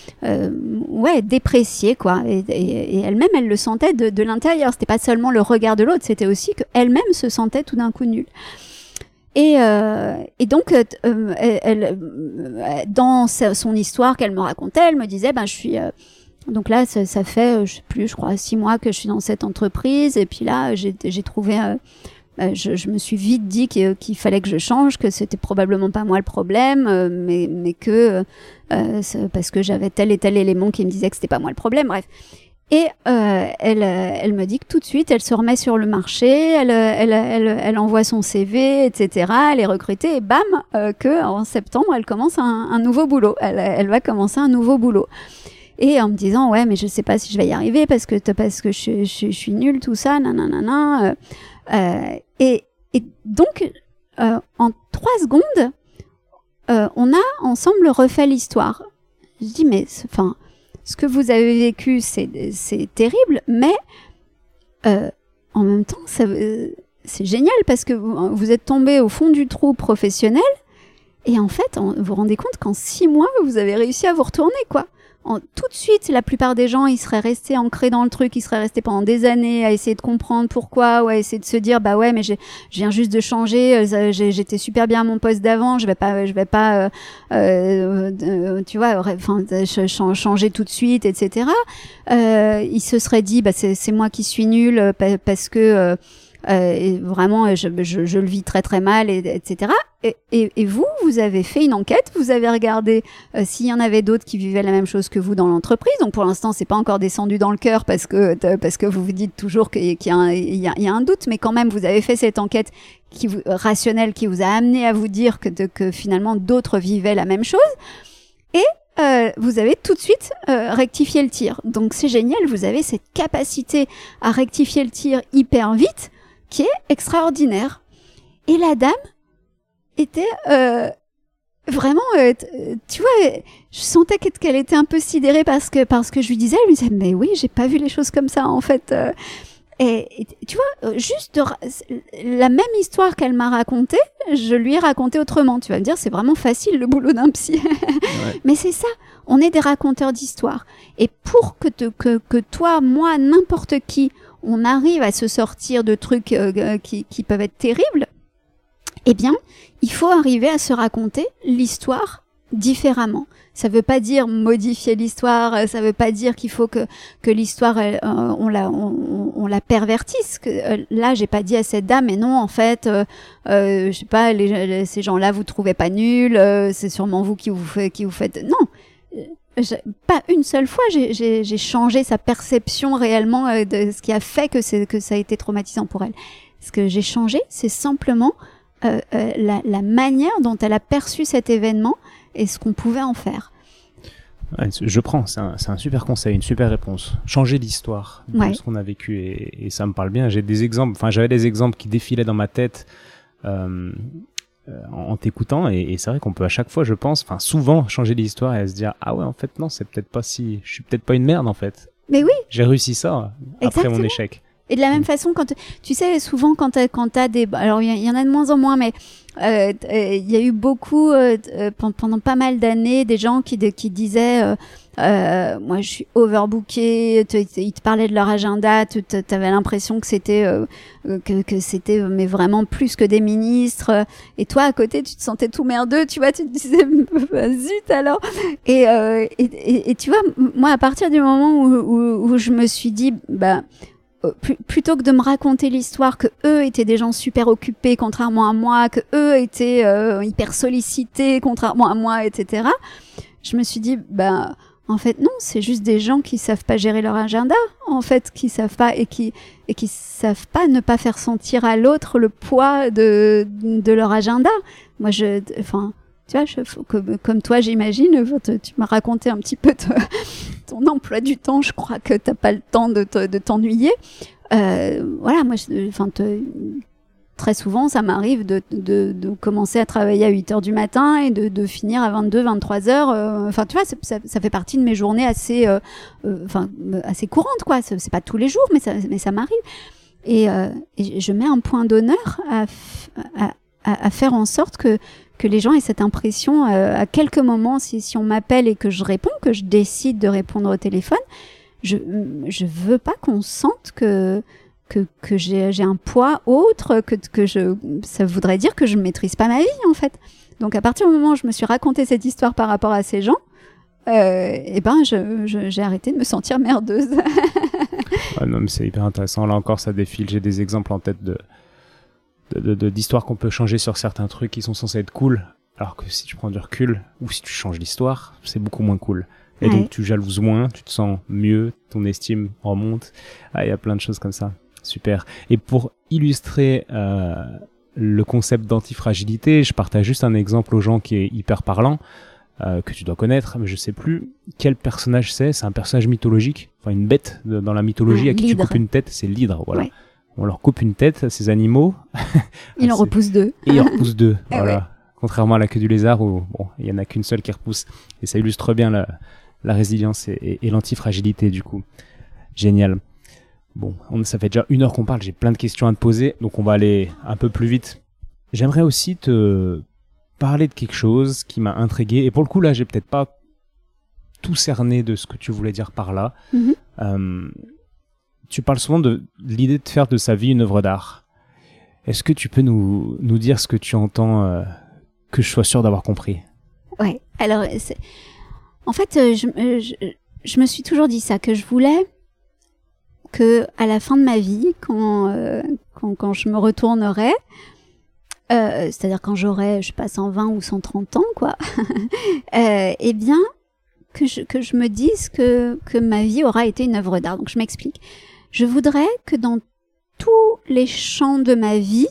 Speaker 1: dépréciée, quoi, et elle-même elle le sentait de l'intérieur. C'était pas seulement le regard de l'autre, c'était aussi que elle-même se sentait tout d'un coup nulle. Et donc, elle, dans son histoire qu'elle me racontait, elle me disait, je suis donc là, ça fait, je sais plus, je crois 6 mois que je suis dans cette entreprise, et puis là, j'ai trouvé, je me suis vite dit qu'il fallait que je change, que c'était probablement pas moi le problème, mais que parce que j'avais tel et tel élément qui me disait que c'était pas moi le problème, bref. Et elle me dit que tout de suite, elle se remet sur le marché, elle envoie son CV, etc. Elle est recrutée, et bam, que en septembre, elle commence un nouveau boulot. Elle va commencer un nouveau boulot. Et en me disant, ouais, mais je sais pas si je vais y arriver parce que je suis nulle, tout ça, nanana. Et donc, en 3 secondes, on a ensemble refait l'histoire. Je dis, mais ce que vous avez vécu, c'est terrible, mais en même temps, c'est génial parce que vous êtes tombé au fond du trou professionnel, et en fait, vous vous rendez compte qu'en 6 mois, vous avez réussi à vous retourner, quoi. Tout de suite, la plupart des gens, ils seraient restés ancrés dans le truc, ils seraient restés pendant des années à essayer de comprendre pourquoi, ou à essayer de se dire, bah ouais, mais je viens juste de changer, j'étais super bien à mon poste d'avant, je vais pas, tu vois, changer tout de suite, etc. Ils se seraient dit, bah c'est moi qui suis nulle parce que et vraiment, je le vis très très mal, etc. Et vous avez fait une enquête, vous avez regardé s'il y en avait d'autres qui vivaient la même chose que vous dans l'entreprise. Donc pour l'instant, c'est pas encore descendu dans le cœur parce que vous vous dites toujours qu'il y a un doute, mais quand même, vous avez fait cette enquête rationnelle qui vous a amené à vous dire que finalement d'autres vivaient la même chose. Et vous avez tout de suite rectifié le tir. Donc c'est génial, vous avez cette capacité à rectifier le tir hyper vite, qui est extraordinaire. Et la dame était vraiment, tu vois, je sentais qu'elle était un peu sidérée parce que je lui disais, elle me disait, mais oui, j'ai pas vu les choses comme ça en fait. Et tu vois, juste la même histoire qu'elle m'a racontée, je lui ai raconté autrement. Tu vas me dire, c'est vraiment facile le boulot d'un psy. Ouais. Mais c'est ça, on est des raconteurs d'histoires. Et pour que toi, moi, n'importe qui, on arrive à se sortir de trucs qui peuvent être terribles, eh bien, il faut arriver à se raconter l'histoire différemment. Ça veut pas dire modifier l'histoire, ça veut pas dire qu'il faut que l'histoire on la pervertisse. Là, j'ai pas dit à cette dame, mais non, en fait, je sais pas, ces gens-là vous trouvez pas nuls, c'est sûrement vous qui vous faites. Non. Pas une seule fois, j'ai changé sa perception réellement de ce qui a fait que ça a été traumatisant pour elle. Ce que j'ai changé, c'est simplement la manière dont elle a perçu cet événement et ce qu'on pouvait en faire.
Speaker 2: Ouais, je prends, c'est un super conseil, une super réponse. Changer l'histoire de ce qu'on a vécu et ça me parle bien. J'avais des exemples qui défilaient dans ma tête. en t'écoutant, et c'est vrai qu'on peut à chaque fois, je pense, enfin souvent changer l'histoire et se dire ah ouais en fait non, c'est peut-être pas si, je suis peut-être pas une merde en fait.
Speaker 1: Mais oui.
Speaker 2: J'ai réussi ça après
Speaker 1: Exactement.
Speaker 2: mon échec.
Speaker 1: Et de la même façon, tu sais, souvent quand t'as des, alors il y en a de moins en moins, mais il y a eu beaucoup pendant pas mal d'années des gens qui disaient moi je suis overbookée, ils te parlaient de leur agenda, t'avais l'impression que c'était que c'était mais vraiment plus que des ministres, et toi à côté tu te sentais tout merdeux, tu vois, tu te disais zut alors, et tu vois, moi à partir du moment où je me suis dit plutôt que de me raconter l'histoire que eux étaient des gens super occupés contrairement à moi, que eux étaient hyper sollicités contrairement à moi, etc. Je me suis dit en fait non, c'est juste des gens qui savent pas gérer leur agenda, en fait, qui savent pas et qui savent pas ne pas faire sentir à l'autre le poids de leur agenda. Moi tu vois, comme toi, j'imagine, tu m'as raconté un petit peu ton emploi du temps. Je crois que t'as pas le temps de t'ennuyer. Voilà, moi, très souvent, ça m'arrive de commencer à travailler à 8h du matin et de finir à 22, 23h. Enfin, tu vois, ça fait partie de mes journées assez courantes, quoi. C'est pas tous les jours, mais ça m'arrive. Et je mets un point d'honneur à faire en sorte que les gens aient cette impression à quelques moments, si on m'appelle et que je réponds, que je décide de répondre au téléphone, je veux pas qu'on sente que j'ai un poids autre, ça voudrait dire que je maîtrise pas ma vie en fait. Donc à partir du moment où je me suis raconté cette histoire par rapport à ces gens, j'ai arrêté de me sentir merdeuse.
Speaker 2: Ah non mais c'est hyper intéressant, là encore ça défile, j'ai des exemples en tête d'histoires qu'on peut changer sur certains trucs qui sont censés être cool, alors que si tu prends du recul ou si tu changes l'histoire, c'est beaucoup moins cool. Et donc tu jalouses moins, tu te sens mieux, ton estime remonte. Il y a plein de choses comme ça. Super. Et pour illustrer le concept d'antifragilité, je partage juste un exemple aux gens qui est hyper parlant, que tu dois connaître, mais je sais plus quel personnage c'est. C'est un personnage mythologique, enfin une bête dans la mythologie à qui tu coupes une tête, c'est l'hydre, voilà. Ouais. On leur coupe une tête à ces animaux.
Speaker 1: Il en repousse deux.
Speaker 2: Et il en repousse deux, voilà. Ouais. Contrairement à la queue du lézard où, bon, il y en a qu'une seule qui repousse. Et ça illustre bien la résilience et l'antifragilité, du coup. Génial. Bon, ça fait déjà 1 heure qu'on parle, j'ai plein de questions à te poser, donc on va aller un peu plus vite. J'aimerais aussi te parler de quelque chose qui m'a intrigué. Et pour le coup, là, j'ai peut-être pas tout cerné de ce que tu voulais dire par là. Mm-hmm. Tu parles souvent de l'idée de faire de sa vie une œuvre d'art. Est-ce que tu peux nous dire ce que tu entends, que je sois sûr d'avoir compris? Ouais,
Speaker 1: alors, en fait, je me suis toujours dit ça, que je voulais que à la fin de ma vie, quand je me retournerai, c'est-à-dire quand j'aurai, je sais pas, 120 ou 130 ans, quoi, eh bien, que je me dise que ma vie aura été une œuvre d'art. Donc, je m'explique. Je voudrais que dans tous les champs de ma vie,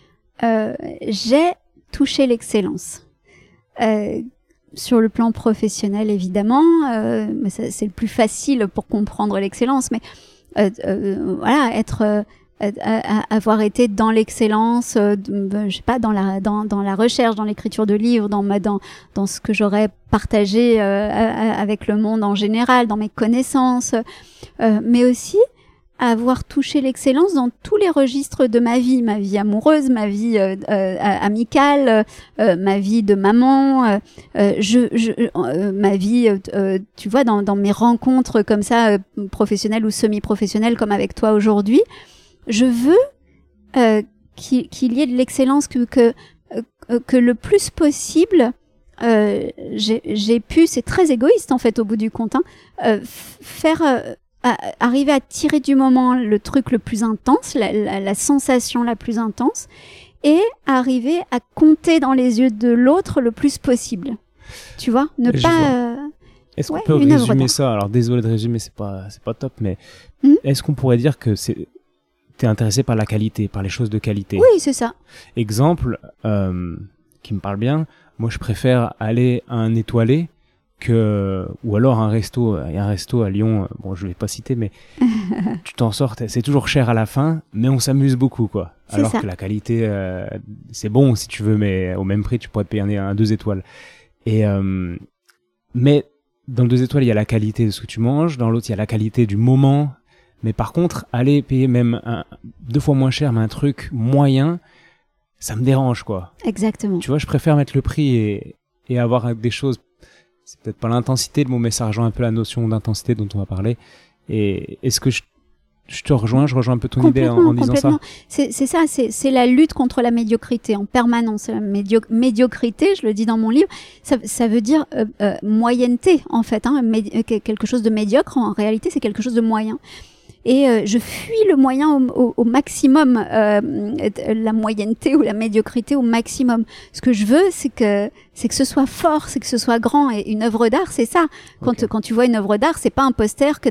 Speaker 1: j'ai touché l'excellence. Sur le plan professionnel, évidemment, mais c'est le plus facile pour comprendre l'excellence, mais voilà, avoir été dans l'excellence, je sais pas, dans la recherche, dans l'écriture de livres, dans ce que j'aurais partagé avec le monde en général, dans mes connaissances, mais aussi avoir touché l'excellence dans tous les registres de ma vie amoureuse, ma vie amicale, ma vie de maman, ma vie, tu vois, dans mes rencontres comme ça, professionnelles ou semi-professionnelles, comme avec toi aujourd'hui. Je veux qu'il y ait de l'excellence, que le plus possible, j'ai pu, c'est très égoïste en fait au bout du compte, faire arriver à tirer du moment le truc le plus intense, la sensation la plus intense, et arriver à compter dans les yeux de l'autre le plus possible. Tu vois,
Speaker 2: Est-ce qu'on peut résumer ça? Alors désolé de résumer, c'est pas top, mais est-ce qu'on pourrait dire que t'es intéressé par la qualité, par les choses de qualité?
Speaker 1: Oui, c'est ça.
Speaker 2: Exemple qui me parle bien, moi je préfère aller à un étoilé ou alors il y a un resto à Lyon, bon je vais pas citer, mais tu t'en sors, c'est toujours cher à la fin, mais on s'amuse beaucoup, quoi. Alors que la qualité, c'est bon si tu veux, mais au même prix, tu pourrais te payer un 2 étoiles. Et mais dans le 2 étoiles, il y a la qualité de ce que tu manges, dans l'autre, il y a la qualité du moment. Mais par contre, aller payer même 2 fois moins cher, mais un truc moyen, ça me dérange, quoi.
Speaker 1: Exactement.
Speaker 2: Tu vois, je préfère mettre le prix et avoir des choses. C'est peut-être pas l'intensité le mot, mais ça rejoint un peu la notion d'intensité dont on va parler. Et est-ce que je te rejoins, je rejoins un peu ton idée en disant ça.
Speaker 1: C'est ça, c'est la lutte contre la médiocrité en permanence. La médiocrité, je le dis dans mon livre, ça veut dire moyenneté en fait. Quelque chose de médiocre, en réalité, c'est quelque chose de moyen. Et je fuis le moyen au maximum, la moyenneté ou la médiocrité au maximum. Ce que je veux, c'est que ce soit fort, c'est que ce soit grand. Et une œuvre d'art, c'est ça. Quand tu vois une œuvre d'art, c'est pas un poster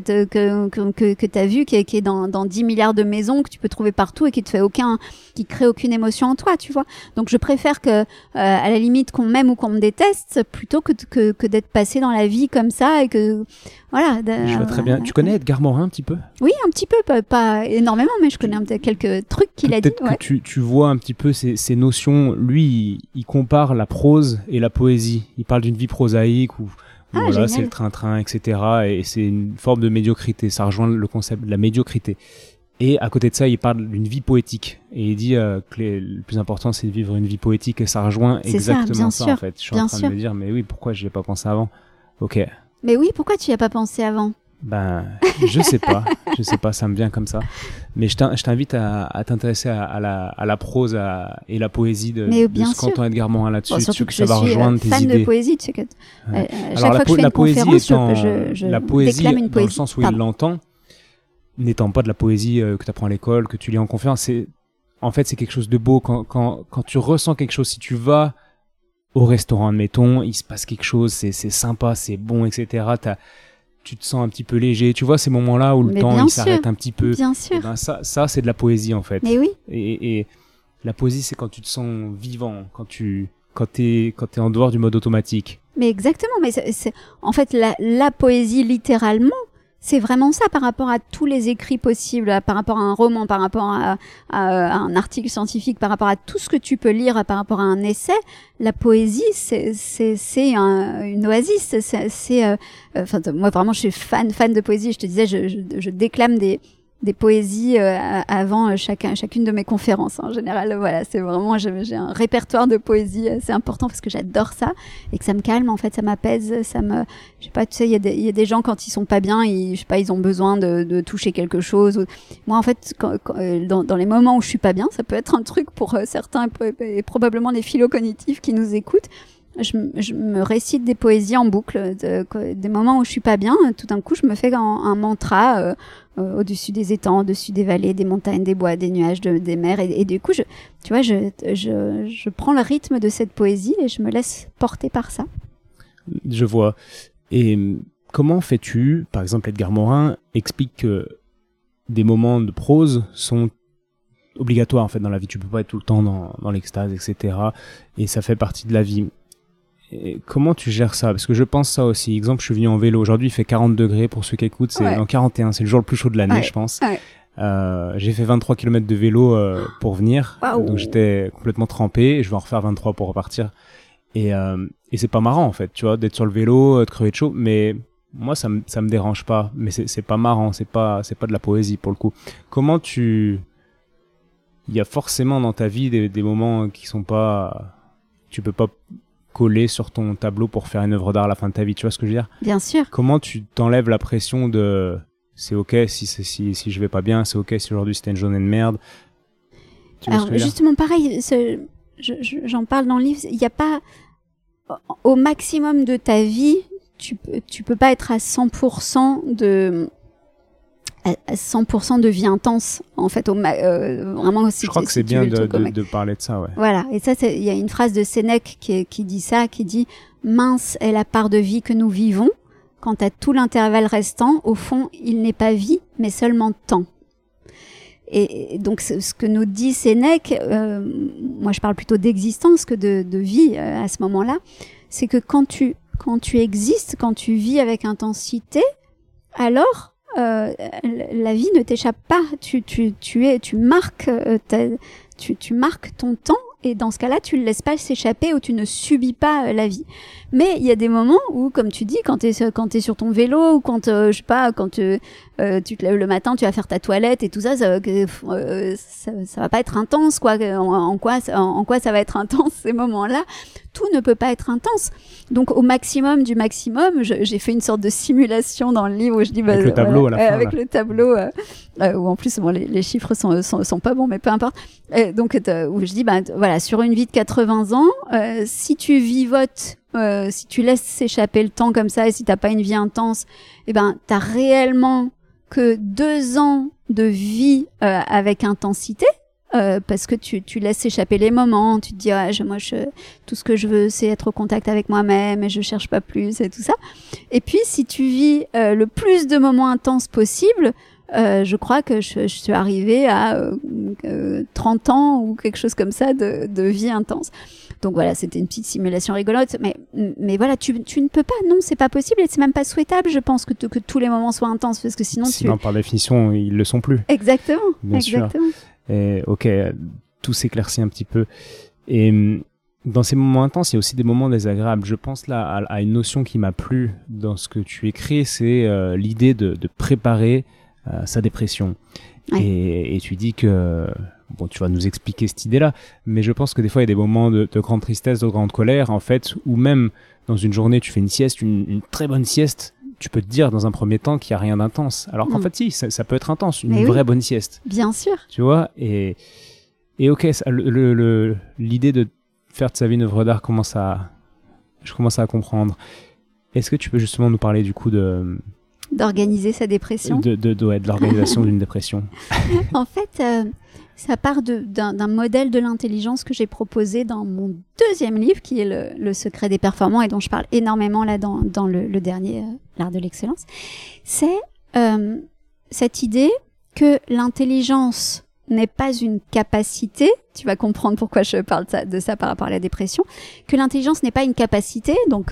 Speaker 1: que t'as vu qui est dans 10 milliards de maisons que tu peux trouver partout et qui crée aucune émotion en toi, tu vois. Donc je préfère que à la limite qu'on m'aime ou qu'on me déteste plutôt que d'être passé dans la vie comme ça et que voilà.
Speaker 2: Je vois très bien. Tu connais Edgar Morin un petit peu?
Speaker 1: Oui, un petit peu, pas énormément, mais je connais quelques trucs qu'il a dit.
Speaker 2: Peut-être que tu vois un petit peu ces notions. Lui, il compare la prose et la poésie. Il parle d'une vie prosaïque où voilà, c'est le train-train, etc. Et c'est une forme de médiocrité. Ça rejoint le concept de la médiocrité. Et à côté de ça, il parle d'une vie poétique. Et il dit que le plus important, c'est de vivre une vie poétique. Et ça rejoint exactement ça, en fait. Je suis en train de me dire, mais oui, pourquoi j'y ai pas pensé avant? Ok.
Speaker 1: Mais oui, pourquoi tu y as pas pensé avant?
Speaker 2: Ben, je sais pas, ça me vient comme ça. Mais je t'invite à t'intéresser à la prose et la poésie de ce qu'entend Edgar Morin là-dessus.
Speaker 1: Bon, surtout que
Speaker 2: ça va rejoindre tes idées.
Speaker 1: Je suis fan de poésie, tu sais que chaque fois que je fais une conférence, je déclame une poésie.
Speaker 2: Dans le sens où il l'entend, n'étant pas de la poésie que tu apprends à l'école, que tu lis en conférence, en fait, c'est quelque chose de beau quand tu ressens quelque chose. Si tu vas au restaurant, admettons, il se passe quelque chose, c'est sympa, c'est bon, etc. Tu te sens un petit peu léger. Tu vois ces moments-là où le temps il s'arrête un petit peu.
Speaker 1: Bien sûr.
Speaker 2: Ben ça c'est de la poésie en fait.
Speaker 1: Mais oui.
Speaker 2: Et la poésie, c'est quand tu te sens vivant, quand t'es en dehors du mode automatique.
Speaker 1: Mais exactement. Mais c'est en fait la poésie littéralement. C'est vraiment ça par rapport à tous les écrits possibles, par rapport à un roman, par rapport à un article scientifique, par rapport à tout ce que tu peux lire, par rapport à un essai. La poésie, c'est une oasis. Enfin, moi vraiment, je suis fan de poésie. Je te disais, je déclame des poésies avant chacune de mes conférences. En général, voilà, c'est vraiment j'ai un répertoire de poésie assez important parce que j'adore ça et que ça me calme. En fait, ça m'apaise, je sais pas, tu sais, il y a des gens quand ils sont pas bien, je sais pas, ils ont besoin de toucher quelque chose. Moi, en fait, dans les moments où je suis pas bien, ça peut être un truc pour certains et probablement les philo-cognitifs qui nous écoutent. Je me récite des poésies en boucle, des moments où je suis pas bien. Tout d'un coup, je me fais un mantra au-dessus des étangs, au-dessus des vallées, des montagnes, des bois, des nuages, des mers. Et du coup, je prends le rythme de cette poésie et je me laisse porter par ça.
Speaker 2: Je vois. Et comment fais-tu, par exemple, Edgar Morin explique que des moments de prose sont obligatoires en fait dans la vie. Tu peux pas être tout le temps dans l'extase, etc. Et ça fait partie de la vie. Et comment tu gères ça? Parce que je pense ça aussi. Exemple, je suis venu en vélo. Aujourd'hui, il fait 40 degrés pour ceux qui écoutent. C'est en 41. C'est le jour le plus chaud de l'année, je pense. Ouais. J'ai fait 23 km de vélo pour venir. Wow. Donc j'étais complètement trempé. Je vais en refaire 23 pour repartir. Et c'est pas marrant, en fait, tu vois, d'être sur le vélo, de crever de chaud. Mais moi, ça me dérange pas. Mais c'est pas marrant. C'est pas de la poésie, pour le coup. Comment il y a forcément dans ta vie des moments qui sont pas... Tu peux pas coller sur ton tableau pour faire une œuvre d'art à la fin de ta vie, tu vois ce que je veux dire?
Speaker 1: Bien sûr.
Speaker 2: Comment tu t'enlèves la pression de c'est ok si je vais pas bien, c'est ok si aujourd'hui c'était une journée de merde?
Speaker 1: Alors justement pareil, j'en parle dans le livre, il n'y a pas au maximum de ta vie, tu peux pas être à 100% de vie intense en fait vraiment aussi.
Speaker 2: Je crois que c'est bien de parler de ça, ouais.
Speaker 1: Voilà, et ça il y a une phrase de Sénèque qui dit ça, qui dit mince est la part de vie que nous vivons, quant à tout l'intervalle restant, au fond, il n'est pas vie mais seulement temps. Et donc ce que nous dit Sénèque, moi je parle plutôt d'existence que de vie à ce moment-là, c'est que quand quand tu existes, quand tu vis avec intensité, alors la vie ne t'échappe pas. Tu marques ton temps. Et dans ce cas-là, tu le laisses pas s'échapper ou tu ne subis pas la vie. Mais il y a des moments où, comme tu dis, quand t'es sur ton vélo ou quand je sais pas, quand tu te lèves le matin, tu vas faire ta toilette et tout ça, ça va pas être intense, quoi. En quoi ça va être intense ces moments-là? Tout ne peut pas être intense. Donc au maximum du maximum, j'ai fait une sorte de simulation dans le livre où je dis
Speaker 2: avec le tableau à la fin,
Speaker 1: avec le tableau où en plus bon les chiffres sont pas bons mais peu importe. Donc où je dis voilà, sur une vie de 80 ans, si tu vivotes, si tu laisses s'échapper le temps comme ça et si t'as pas une vie intense, t'as réellement que 2 ans de vie avec intensité. Parce que tu laisses s'échapper les moments, tu te dis tout ce que je veux c'est être au contact avec moi-même et je cherche pas plus et tout ça. Et puis si tu vis le plus de moments intenses possible, je crois que je suis arrivée à 30 ans ou quelque chose comme ça de vie intense. Donc voilà, c'était une petite simulation rigolote, mais voilà, tu ne peux pas, non, c'est pas possible et c'est même pas souhaitable, je pense, que tous les moments soient intenses parce que sinon
Speaker 2: par définition ils le sont plus.
Speaker 1: Exactement,
Speaker 2: bien
Speaker 1: exactement.
Speaker 2: Sûr. Et, ok, tout s'éclaircit un petit peu. Et dans ces moments intenses, il y a aussi des moments désagréables. Je pense là à une notion qui m'a plu dans ce que tu écris, c'est l'idée de préparer sa dépression.
Speaker 1: Ouais.
Speaker 2: Et tu dis que, bon, tu vas nous expliquer cette idée-là, mais je pense que des fois, il y a des moments de grande tristesse, de grande colère, en fait, ou même dans une journée, tu fais une sieste, une très bonne sieste, tu peux te dire dans un premier temps qu'il n'y a rien d'intense. Alors qu'en fait, si, ça peut être intense, une vraie bonne sieste.
Speaker 1: Bien sûr.
Speaker 2: Tu vois, et ok, l'idée de faire de sa vie une œuvre d'art je commence à comprendre. Est-ce que tu peux justement nous parler du coup
Speaker 1: d'organiser sa dépression?
Speaker 2: De l'organisation d'une dépression.
Speaker 1: En fait, ça part d'un modèle de l'intelligence que j'ai proposé dans mon 2e livre, qui est le secret des performants, et dont je parle énormément là dans le dernier, l'art de l'excellence. C'est cette idée que l'intelligence n'est pas une capacité. Tu vas comprendre pourquoi je parle de ça par rapport à la dépression. Que l'intelligence n'est pas une capacité, donc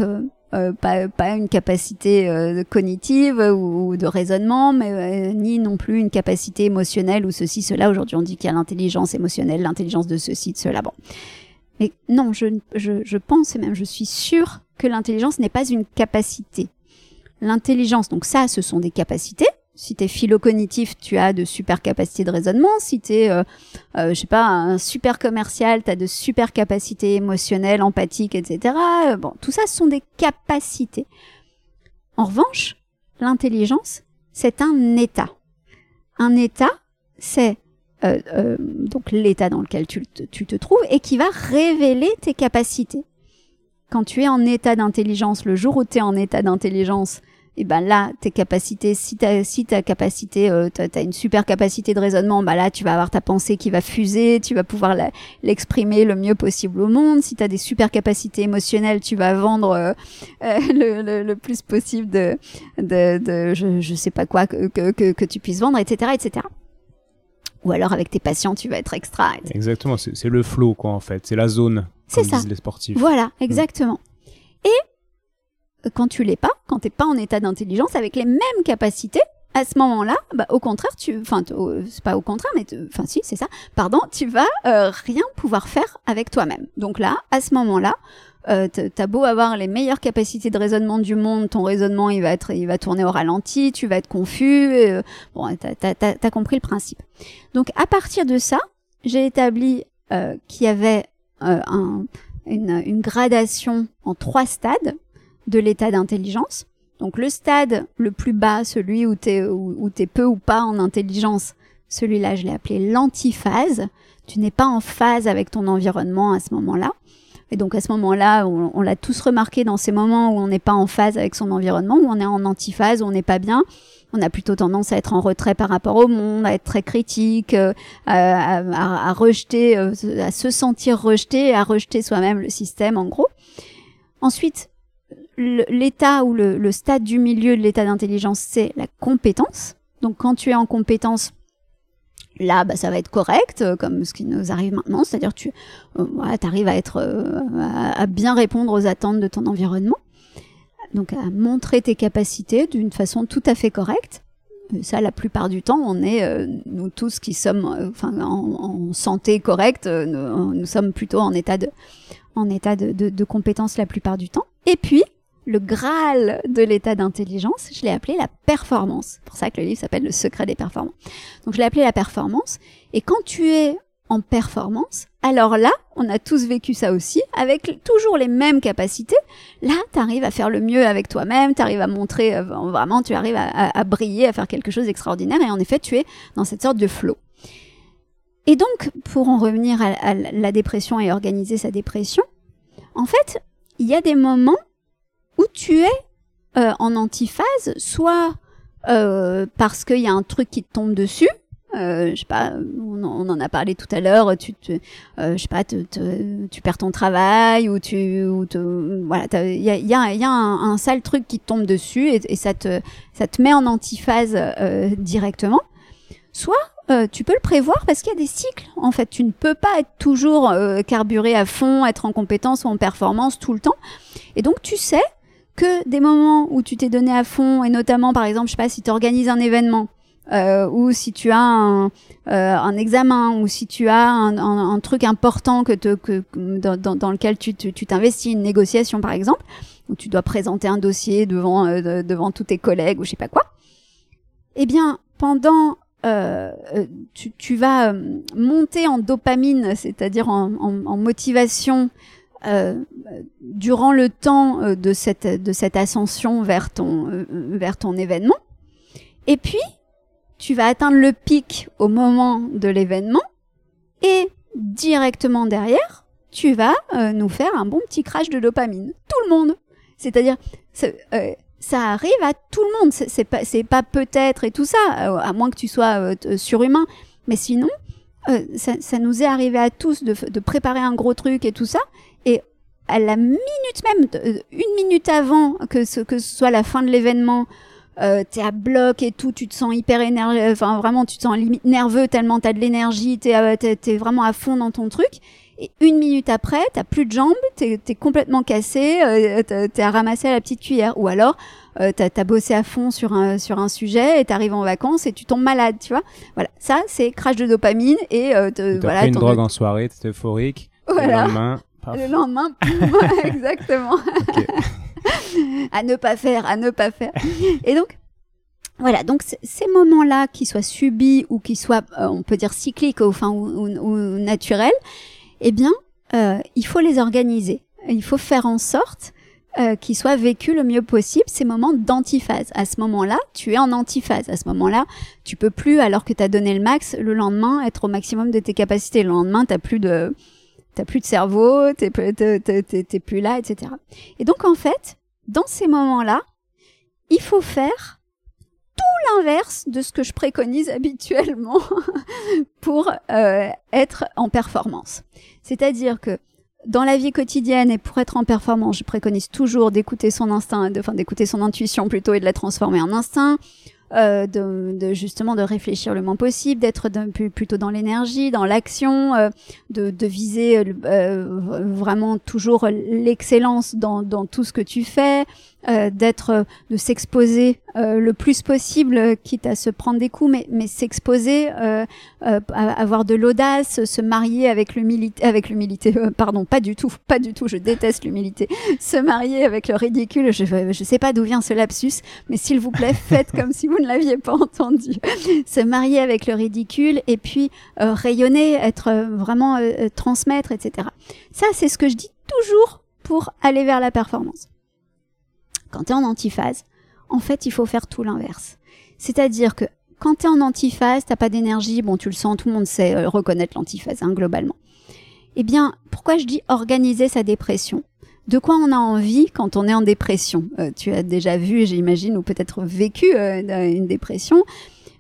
Speaker 1: pas une capacité cognitive ou de raisonnement, mais ni non plus une capacité émotionnelle ou ceci, cela. Aujourd'hui, on dit qu'il y a l'intelligence émotionnelle, l'intelligence de ceci, de cela. Bon. Mais non, je pense et même je suis sûre que l'intelligence n'est pas une capacité. L'intelligence, donc ça, ce sont des capacités. Si t'es philo-cognitif, tu as de super capacités de raisonnement. Si t'es, je sais pas, un super commercial, t'as de super capacités émotionnelles, empathiques, etc. Bon, tout ça, ce sont des capacités. En revanche, l'intelligence, c'est un état. Un état, c'est donc l'état dans lequel tu te trouves et qui va révéler tes capacités. Quand tu es en état d'intelligence, le jour où tu es en état d'intelligence, et là, tes capacités, si ta capacité, t'as une super capacité de raisonnement, là, tu vas avoir ta pensée qui va fuser, tu vas pouvoir l'exprimer le mieux possible au monde. Si t'as des super capacités émotionnelles, tu vas vendre le plus possible de je sais pas quoi que tu puisses vendre, etc., etc. Ou alors avec tes patients, tu vas être extra. Etc.
Speaker 2: Exactement, c'est le flow, quoi, en fait. C'est la zone, comme disent les sportifs.
Speaker 1: Voilà, exactement. Et quand tu l'es pas, quand t'es pas en état d'intelligence avec les mêmes capacités, à ce moment-là, au contraire, c'est pas au contraire, mais si, c'est ça. Pardon, tu vas rien pouvoir faire avec toi-même. Donc là, à ce moment-là, t'as beau avoir les meilleures capacités de raisonnement du monde, ton raisonnement il va tourner au ralenti, tu vas être confus. T'as compris le principe. Donc à partir de ça, j'ai établi qu'il y avait une gradation en 3 stades de l'état d'intelligence. Donc le stade le plus bas, celui où t'es peu ou pas en intelligence, celui-là je l'ai appelé l'antiphase. Tu n'es pas en phase avec ton environnement à ce moment-là. Et donc à ce moment-là, on l'a tous remarqué dans ces moments où on n'est pas en phase avec son environnement, où on est en antiphase, où on n'est pas bien. On a plutôt tendance à être en retrait par rapport au monde, à être très critique, à rejeter, à se sentir rejeté, à rejeter soi-même le système en gros. Ensuite, l'état ou le stade du milieu de l'état d'intelligence, c'est la compétence. Donc quand tu es en compétence, là, ça va être correct, comme ce qui nous arrive maintenant, c'est-à-dire t'arrives à bien répondre aux attentes de ton environnement. donc à montrer tes capacités d'une façon tout à fait correcte. Ça, la plupart du temps, on est, nous tous qui sommes en santé correcte, nous sommes plutôt en état de compétence la plupart du temps. Et puis, le Graal de l'état d'intelligence, je l'ai appelé la performance. C'est pour ça que le livre s'appelle Le secret des performances. Donc, je l'ai appelé la performance. Et quand tu es en performance, alors là, on a tous vécu ça aussi, avec toujours les mêmes capacités. Là, tu arrives à faire le mieux avec toi-même, tu arrives à montrer, vraiment, tu arrives à briller, à faire quelque chose d'extraordinaire. Et en effet, tu es dans cette sorte de flow. Et donc, pour en revenir à la dépression et organiser sa dépression, en fait, il y a des moments où tu es en antiphase, soit parce qu'il y a un truc qui te tombe dessus, je sais pas, on en a parlé tout à l'heure, je sais pas, tu perds ton travail ou voilà, il y a un sale truc qui te tombe dessus et ça te met en antiphase directement. Soit tu peux le prévoir parce qu'il y a des cycles. En fait, tu ne peux pas être toujours carburé à fond, être en compétence ou en performance tout le temps. Et donc tu sais que des moments où tu t'es donné à fond, et notamment par exemple, je sais pas, si tu organises un événement, ou si tu as un examen, ou si tu as un truc important dans lequel tu t'investis, une négociation par exemple, où tu dois présenter un dossier devant tous tes collègues ou je sais pas quoi. Eh bien, pendant tu vas monter en dopamine, c'est-à-dire en motivation durant le temps de cette ascension vers ton événement. Et puis tu vas atteindre le pic au moment de l'événement et directement derrière, tu vas nous faire un bon petit crash de dopamine. Tout le monde. C'est-à-dire, ça arrive à tout le monde. C'est pas peut-être et tout ça, à moins que tu sois surhumain. Mais sinon, ça nous est arrivé à tous de préparer un gros truc et tout ça. Et à la minute même, une minute avant que ce soit la fin de l'événement, t'es à bloc et tout, tu te sens hyper énervé, enfin vraiment tu te sens limite nerveux tellement t'as de l'énergie, t'es vraiment à fond dans ton truc. Et une minute après, t'as plus de jambes, t'es complètement cassé, t'es à ramasser à la petite cuillère. Ou alors, t'as bossé à fond sur un sujet et t'arrives en vacances et tu tombes malade, tu vois. Voilà, ça c'est crash de dopamine et
Speaker 2: t'as pris une drogue en soirée, t'es euphorique.
Speaker 1: Voilà.
Speaker 2: Le lendemain,
Speaker 1: exactement. Okay. à ne pas faire. Et donc, voilà, donc ces moments-là, qu'ils soient subis ou qu'ils soient, on peut dire cycliques ou naturels, eh bien, il faut les organiser. Il faut faire en sorte qu'ils soient vécus le mieux possible, ces moments d'antiphase. À ce moment-là, tu es en antiphase. À ce moment-là, tu peux plus, alors que tu as donné le max, le lendemain, être au maximum de tes capacités. Le lendemain, t'as plus de cerveau, t'es plus là, etc. Et donc, en fait, dans ces moments-là, il faut faire tout l'inverse de ce que je préconise habituellement pour être en performance. C'est-à-dire que dans la vie quotidienne et pour être en performance, je préconise toujours d'écouter son instinct, d'écouter son intuition plutôt et de la transformer en instinct, justement de réfléchir le moins possible, d'être plutôt dans l'énergie, dans l'action, de viser vraiment toujours l'excellence dans tout ce que tu fais, de s'exposer le plus possible, quitte à se prendre des coups, mais s'exposer, avoir de l'audace, se marier avec l'humilité, pardon, pas du tout, je déteste l'humilité, se marier avec le ridicule, je sais pas d'où vient ce lapsus, mais s'il vous plaît, faites comme si vous ne l'aviez pas entendu, se marier avec le ridicule et puis rayonner, être vraiment transmettre, etc. Ça, c'est ce que je dis toujours pour aller vers la performance. Quand tu es en antiphase, en fait, il faut faire tout l'inverse. C'est-à-dire que quand tu es en antiphase, tu n'as pas d'énergie, bon, tu le sens, tout le monde sait reconnaître l'antiphase, globalement. Eh bien, pourquoi je dis organiser sa dépression ? De quoi on a envie quand on est en dépression ? Tu as déjà vu, j'imagine, ou peut-être vécu une dépression.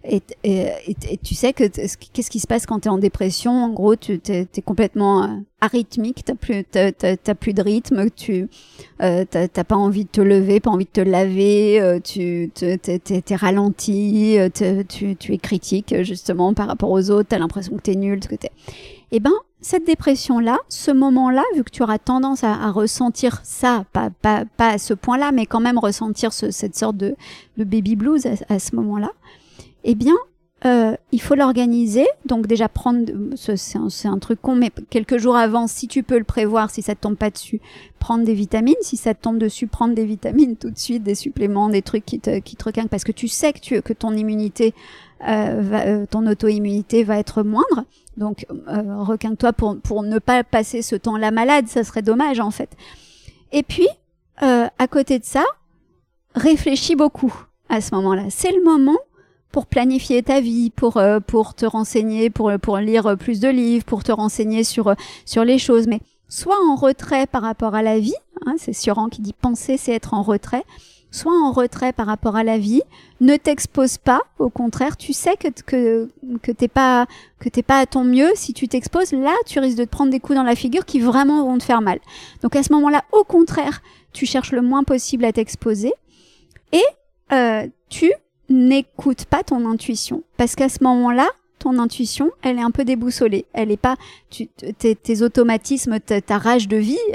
Speaker 1: Et tu sais que qu'est-ce qui se passe quand t'es en dépression? En gros, t'es complètement arythmique, t'as plus de rythme, t'as pas envie de te lever, pas envie de te laver, t'es ralenti, tu es critique justement par rapport aux autres, t'as l'impression que t'es nul, Eh ben, cette dépression-là, ce moment-là, vu que tu auras tendance à ressentir ça, pas à ce point-là, mais quand même ressentir cette sorte de baby blues à ce moment-là, eh bien, il faut l'organiser. Donc déjà c'est un truc con, mais quelques jours avant, si tu peux le prévoir, si ça te tombe pas dessus, prendre des vitamines. Si ça te tombe dessus, prendre des vitamines tout de suite, des suppléments, des trucs qui te requinquent, parce que tu sais que ton immunité, ton auto-immunité va être moindre. Donc requinque-toi pour ne pas passer ce temps-là malade, ça serait dommage en fait. Et puis à côté de ça, réfléchis beaucoup à ce moment-là. C'est le moment pour planifier ta vie, pour te renseigner, pour lire plus de livres, pour te renseigner sur les choses. Mais soit en retrait par rapport à la vie, hein, c'est Sioran qui dit penser, c'est être en retrait. Soit en retrait par rapport à la vie, ne t'expose pas, au contraire, tu sais que t'es pas à ton mieux. Si tu t'exposes, là, tu risques de te prendre des coups dans la figure qui vraiment vont te faire mal. Donc à ce moment-là, au contraire, tu cherches le moins possible à t'exposer et tu n'écoute pas ton intuition, parce qu'à ce moment-là, ton intuition, elle est un peu déboussolée. Elle est pas, tes automatismes, ta rage de vie,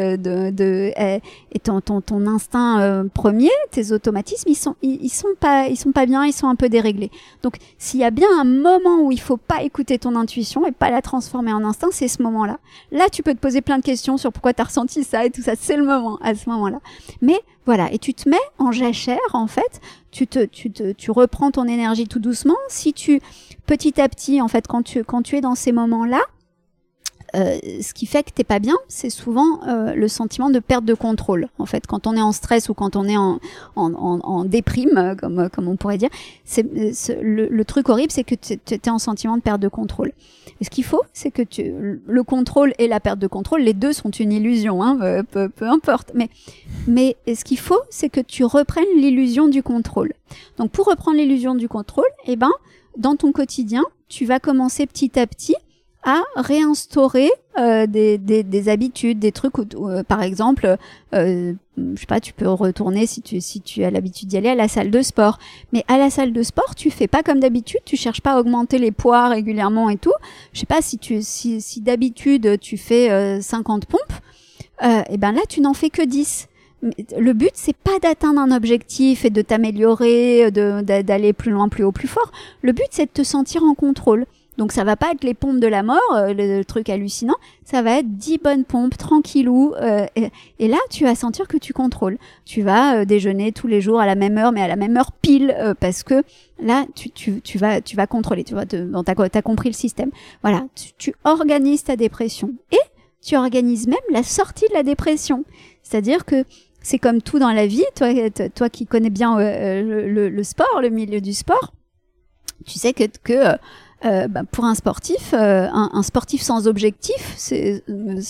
Speaker 1: et ton instinct premier, tes automatismes, ils sont pas bien, ils sont un peu déréglés. Donc, s'il y a bien un moment où il faut pas écouter ton intuition et pas la transformer en instinct, c'est ce moment-là. Là, tu peux te poser plein de questions sur pourquoi t'as ressenti ça et tout ça. C'est le moment, à ce moment-là. Mais voilà, et tu te mets en jachère, en fait. Tu reprends ton énergie tout doucement. Si petit à petit, en fait, quand tu es dans ces moments-là, ce qui fait que t'es pas bien, c'est souvent le sentiment de perte de contrôle. En fait, quand on est en stress ou quand on est en déprime, comme on pourrait dire, le truc horrible, c'est que t'es en sentiment de perte de contrôle. Et ce qu'il faut, c'est que le contrôle et la perte de contrôle, les deux sont une illusion, hein, peu importe. Mais ce qu'il faut, c'est que tu reprennes l'illusion du contrôle. Donc, pour reprendre l'illusion du contrôle, eh ben, dans ton quotidien, tu vas commencer petit à petit à réinstaurer des habitudes, des trucs où, par exemple, je sais pas, tu peux retourner si tu as l'habitude d'y aller à la salle de sport. Mais à la salle de sport, tu fais pas comme d'habitude, tu cherches pas à augmenter les poids régulièrement et tout. Je sais pas, si d'habitude tu fais 50 pompes, et ben là tu n'en fais que 10. Le but, c'est pas d'atteindre un objectif et de t'améliorer, d'aller plus loin, plus haut, plus fort. Le but, c'est de te sentir en contrôle. Donc ça va pas être les pompes de la mort, le truc hallucinant, ça va être 10 bonnes pompes, tranquillou, et là tu vas sentir que tu contrôles. Tu vas déjeuner tous les jours à la même heure, mais à la même heure pile, parce que là tu vas contrôler, t'as compris le système. Voilà, tu organises ta dépression, et tu organises même la sortie de la dépression. C'est-à-dire que c'est comme tout dans la vie, toi qui connais bien le sport, le milieu du sport, tu sais que pour un sportif, un sportif sans objectif, c'est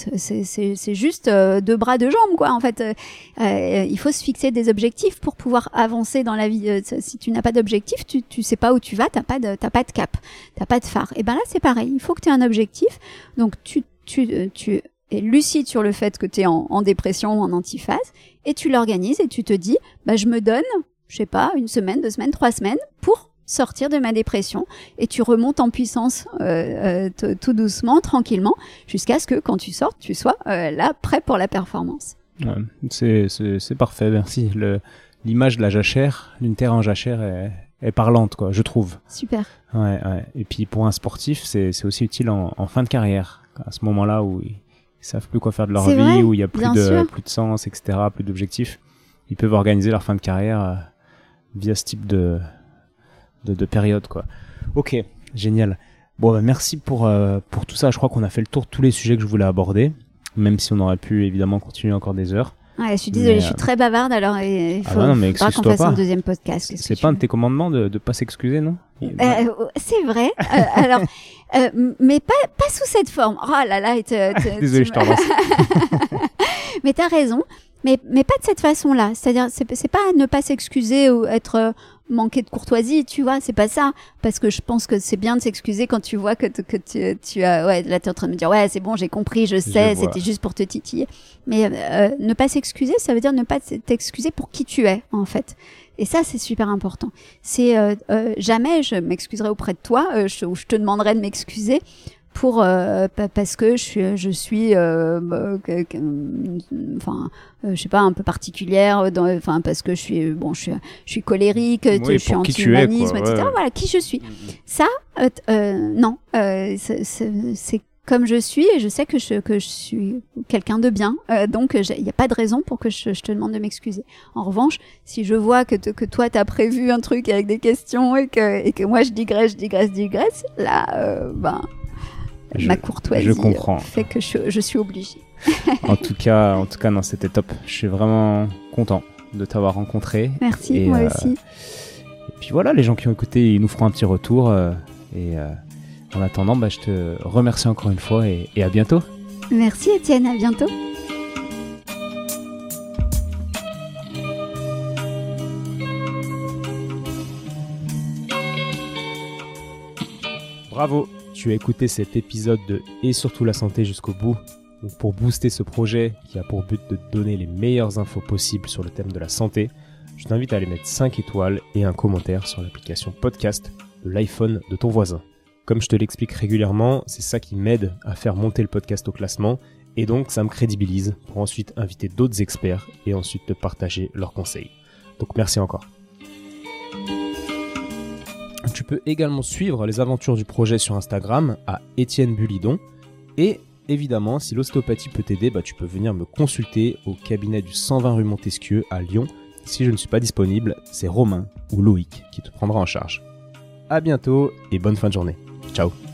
Speaker 1: juste 2 bras, 2 jambes, quoi. En fait, il faut se fixer des objectifs pour pouvoir avancer dans la vie. Si tu n'as pas d'objectif, tu sais pas où tu vas, t'as pas de cap, t'as pas de phare. Et ben là, c'est pareil. Il faut que tu aies un objectif. Donc tu es lucide sur le fait que tu es en dépression ou en antiphase, et tu l'organises et tu te dis, je me donne, je sais pas, 1 semaine, 2 semaines, 3 semaines pour sortir de ma dépression, et tu remontes en puissance tout doucement, tranquillement, jusqu'à ce que quand tu sortes, tu sois là, prêt pour la performance.
Speaker 2: Ouais, c'est parfait, merci. L'image de la jachère, d'une terre en jachère est parlante, quoi, je trouve.
Speaker 1: Super.
Speaker 2: Ouais. Et puis pour un sportif, c'est aussi utile en fin de carrière, à ce moment-là où ils savent plus quoi faire de leur vie, vrai, où il y a plus de sens, etc., plus d'objectifs. Ils peuvent organiser leur fin de carrière via ce type de période, quoi. Ok, génial. Bon, merci pour tout ça. Je crois qu'on a fait le tour de tous les sujets que je voulais aborder, même si on aurait pu évidemment continuer encore des heures.
Speaker 1: Ouais, je suis désolée, je suis très bavarde, alors il faudra qu'on fasse un deuxième podcast.
Speaker 2: C'est pas un de tes commandements de pas s'excuser, non?
Speaker 1: C'est vrai. Alors, mais pas sous cette forme. Oh là là,
Speaker 2: désolé, je te relance.
Speaker 1: Mais t'as raison. Mais pas de cette façon-là. C'est-à-dire, c'est pas ne pas s'excuser ou être manquer de courtoisie, tu vois, c'est pas ça. Parce que je pense que c'est bien de s'excuser quand tu vois que tu as, ouais, là t'es en train de me dire, ouais, c'est bon, j'ai compris, je sais, c'était juste pour te titiller. Mais ne pas s'excuser, ça veut dire ne pas t'excuser pour qui tu es, en fait. Et ça, c'est super important. C'est jamais je m'excuserai auprès de toi, ou je te demanderai de m'excuser pour parce que je suis je sais pas, un peu particulière, parce que je suis colérique, je suis anti-humanisme, etc. Ouais. Voilà, qui je suis. Ça, non, c'est comme je suis, et je sais que je suis quelqu'un de bien, donc il n'y a pas de raison pour que je te demande de m'excuser. En revanche, si je vois que toi t'as prévu un truc avec des questions et que moi je digresse, là, ma courtoisie fait que je suis obligée.
Speaker 2: En tout cas, non, c'était top. Je suis vraiment content de t'avoir rencontré.
Speaker 1: Merci, moi aussi.
Speaker 2: Et puis voilà, les gens qui ont écouté, ils nous feront un petit retour. En attendant, je te remercie encore une fois et à bientôt.
Speaker 1: Merci Étienne, à bientôt.
Speaker 2: Bravo, tu as écouté cet épisode de Et surtout la santé jusqu'au bout. Donc pour booster ce projet qui a pour but de te donner les meilleures infos possibles sur le thème de la santé, je t'invite à aller mettre 5 étoiles et un commentaire sur l'application podcast de l'iPhone de ton voisin. Comme je te l'explique régulièrement, c'est ça qui m'aide à faire monter le podcast au classement et donc ça me crédibilise pour ensuite inviter d'autres experts et ensuite te partager leurs conseils. Donc merci encore. Tu peux également suivre les aventures du projet sur Instagram à Étienne Bulidon et évidemment, si l'ostéopathie peut t'aider, tu peux venir me consulter au cabinet du 120 rue Montesquieu à Lyon. Si je ne suis pas disponible, c'est Romain ou Loïc qui te prendra en charge. À bientôt et bonne fin de journée. Ciao.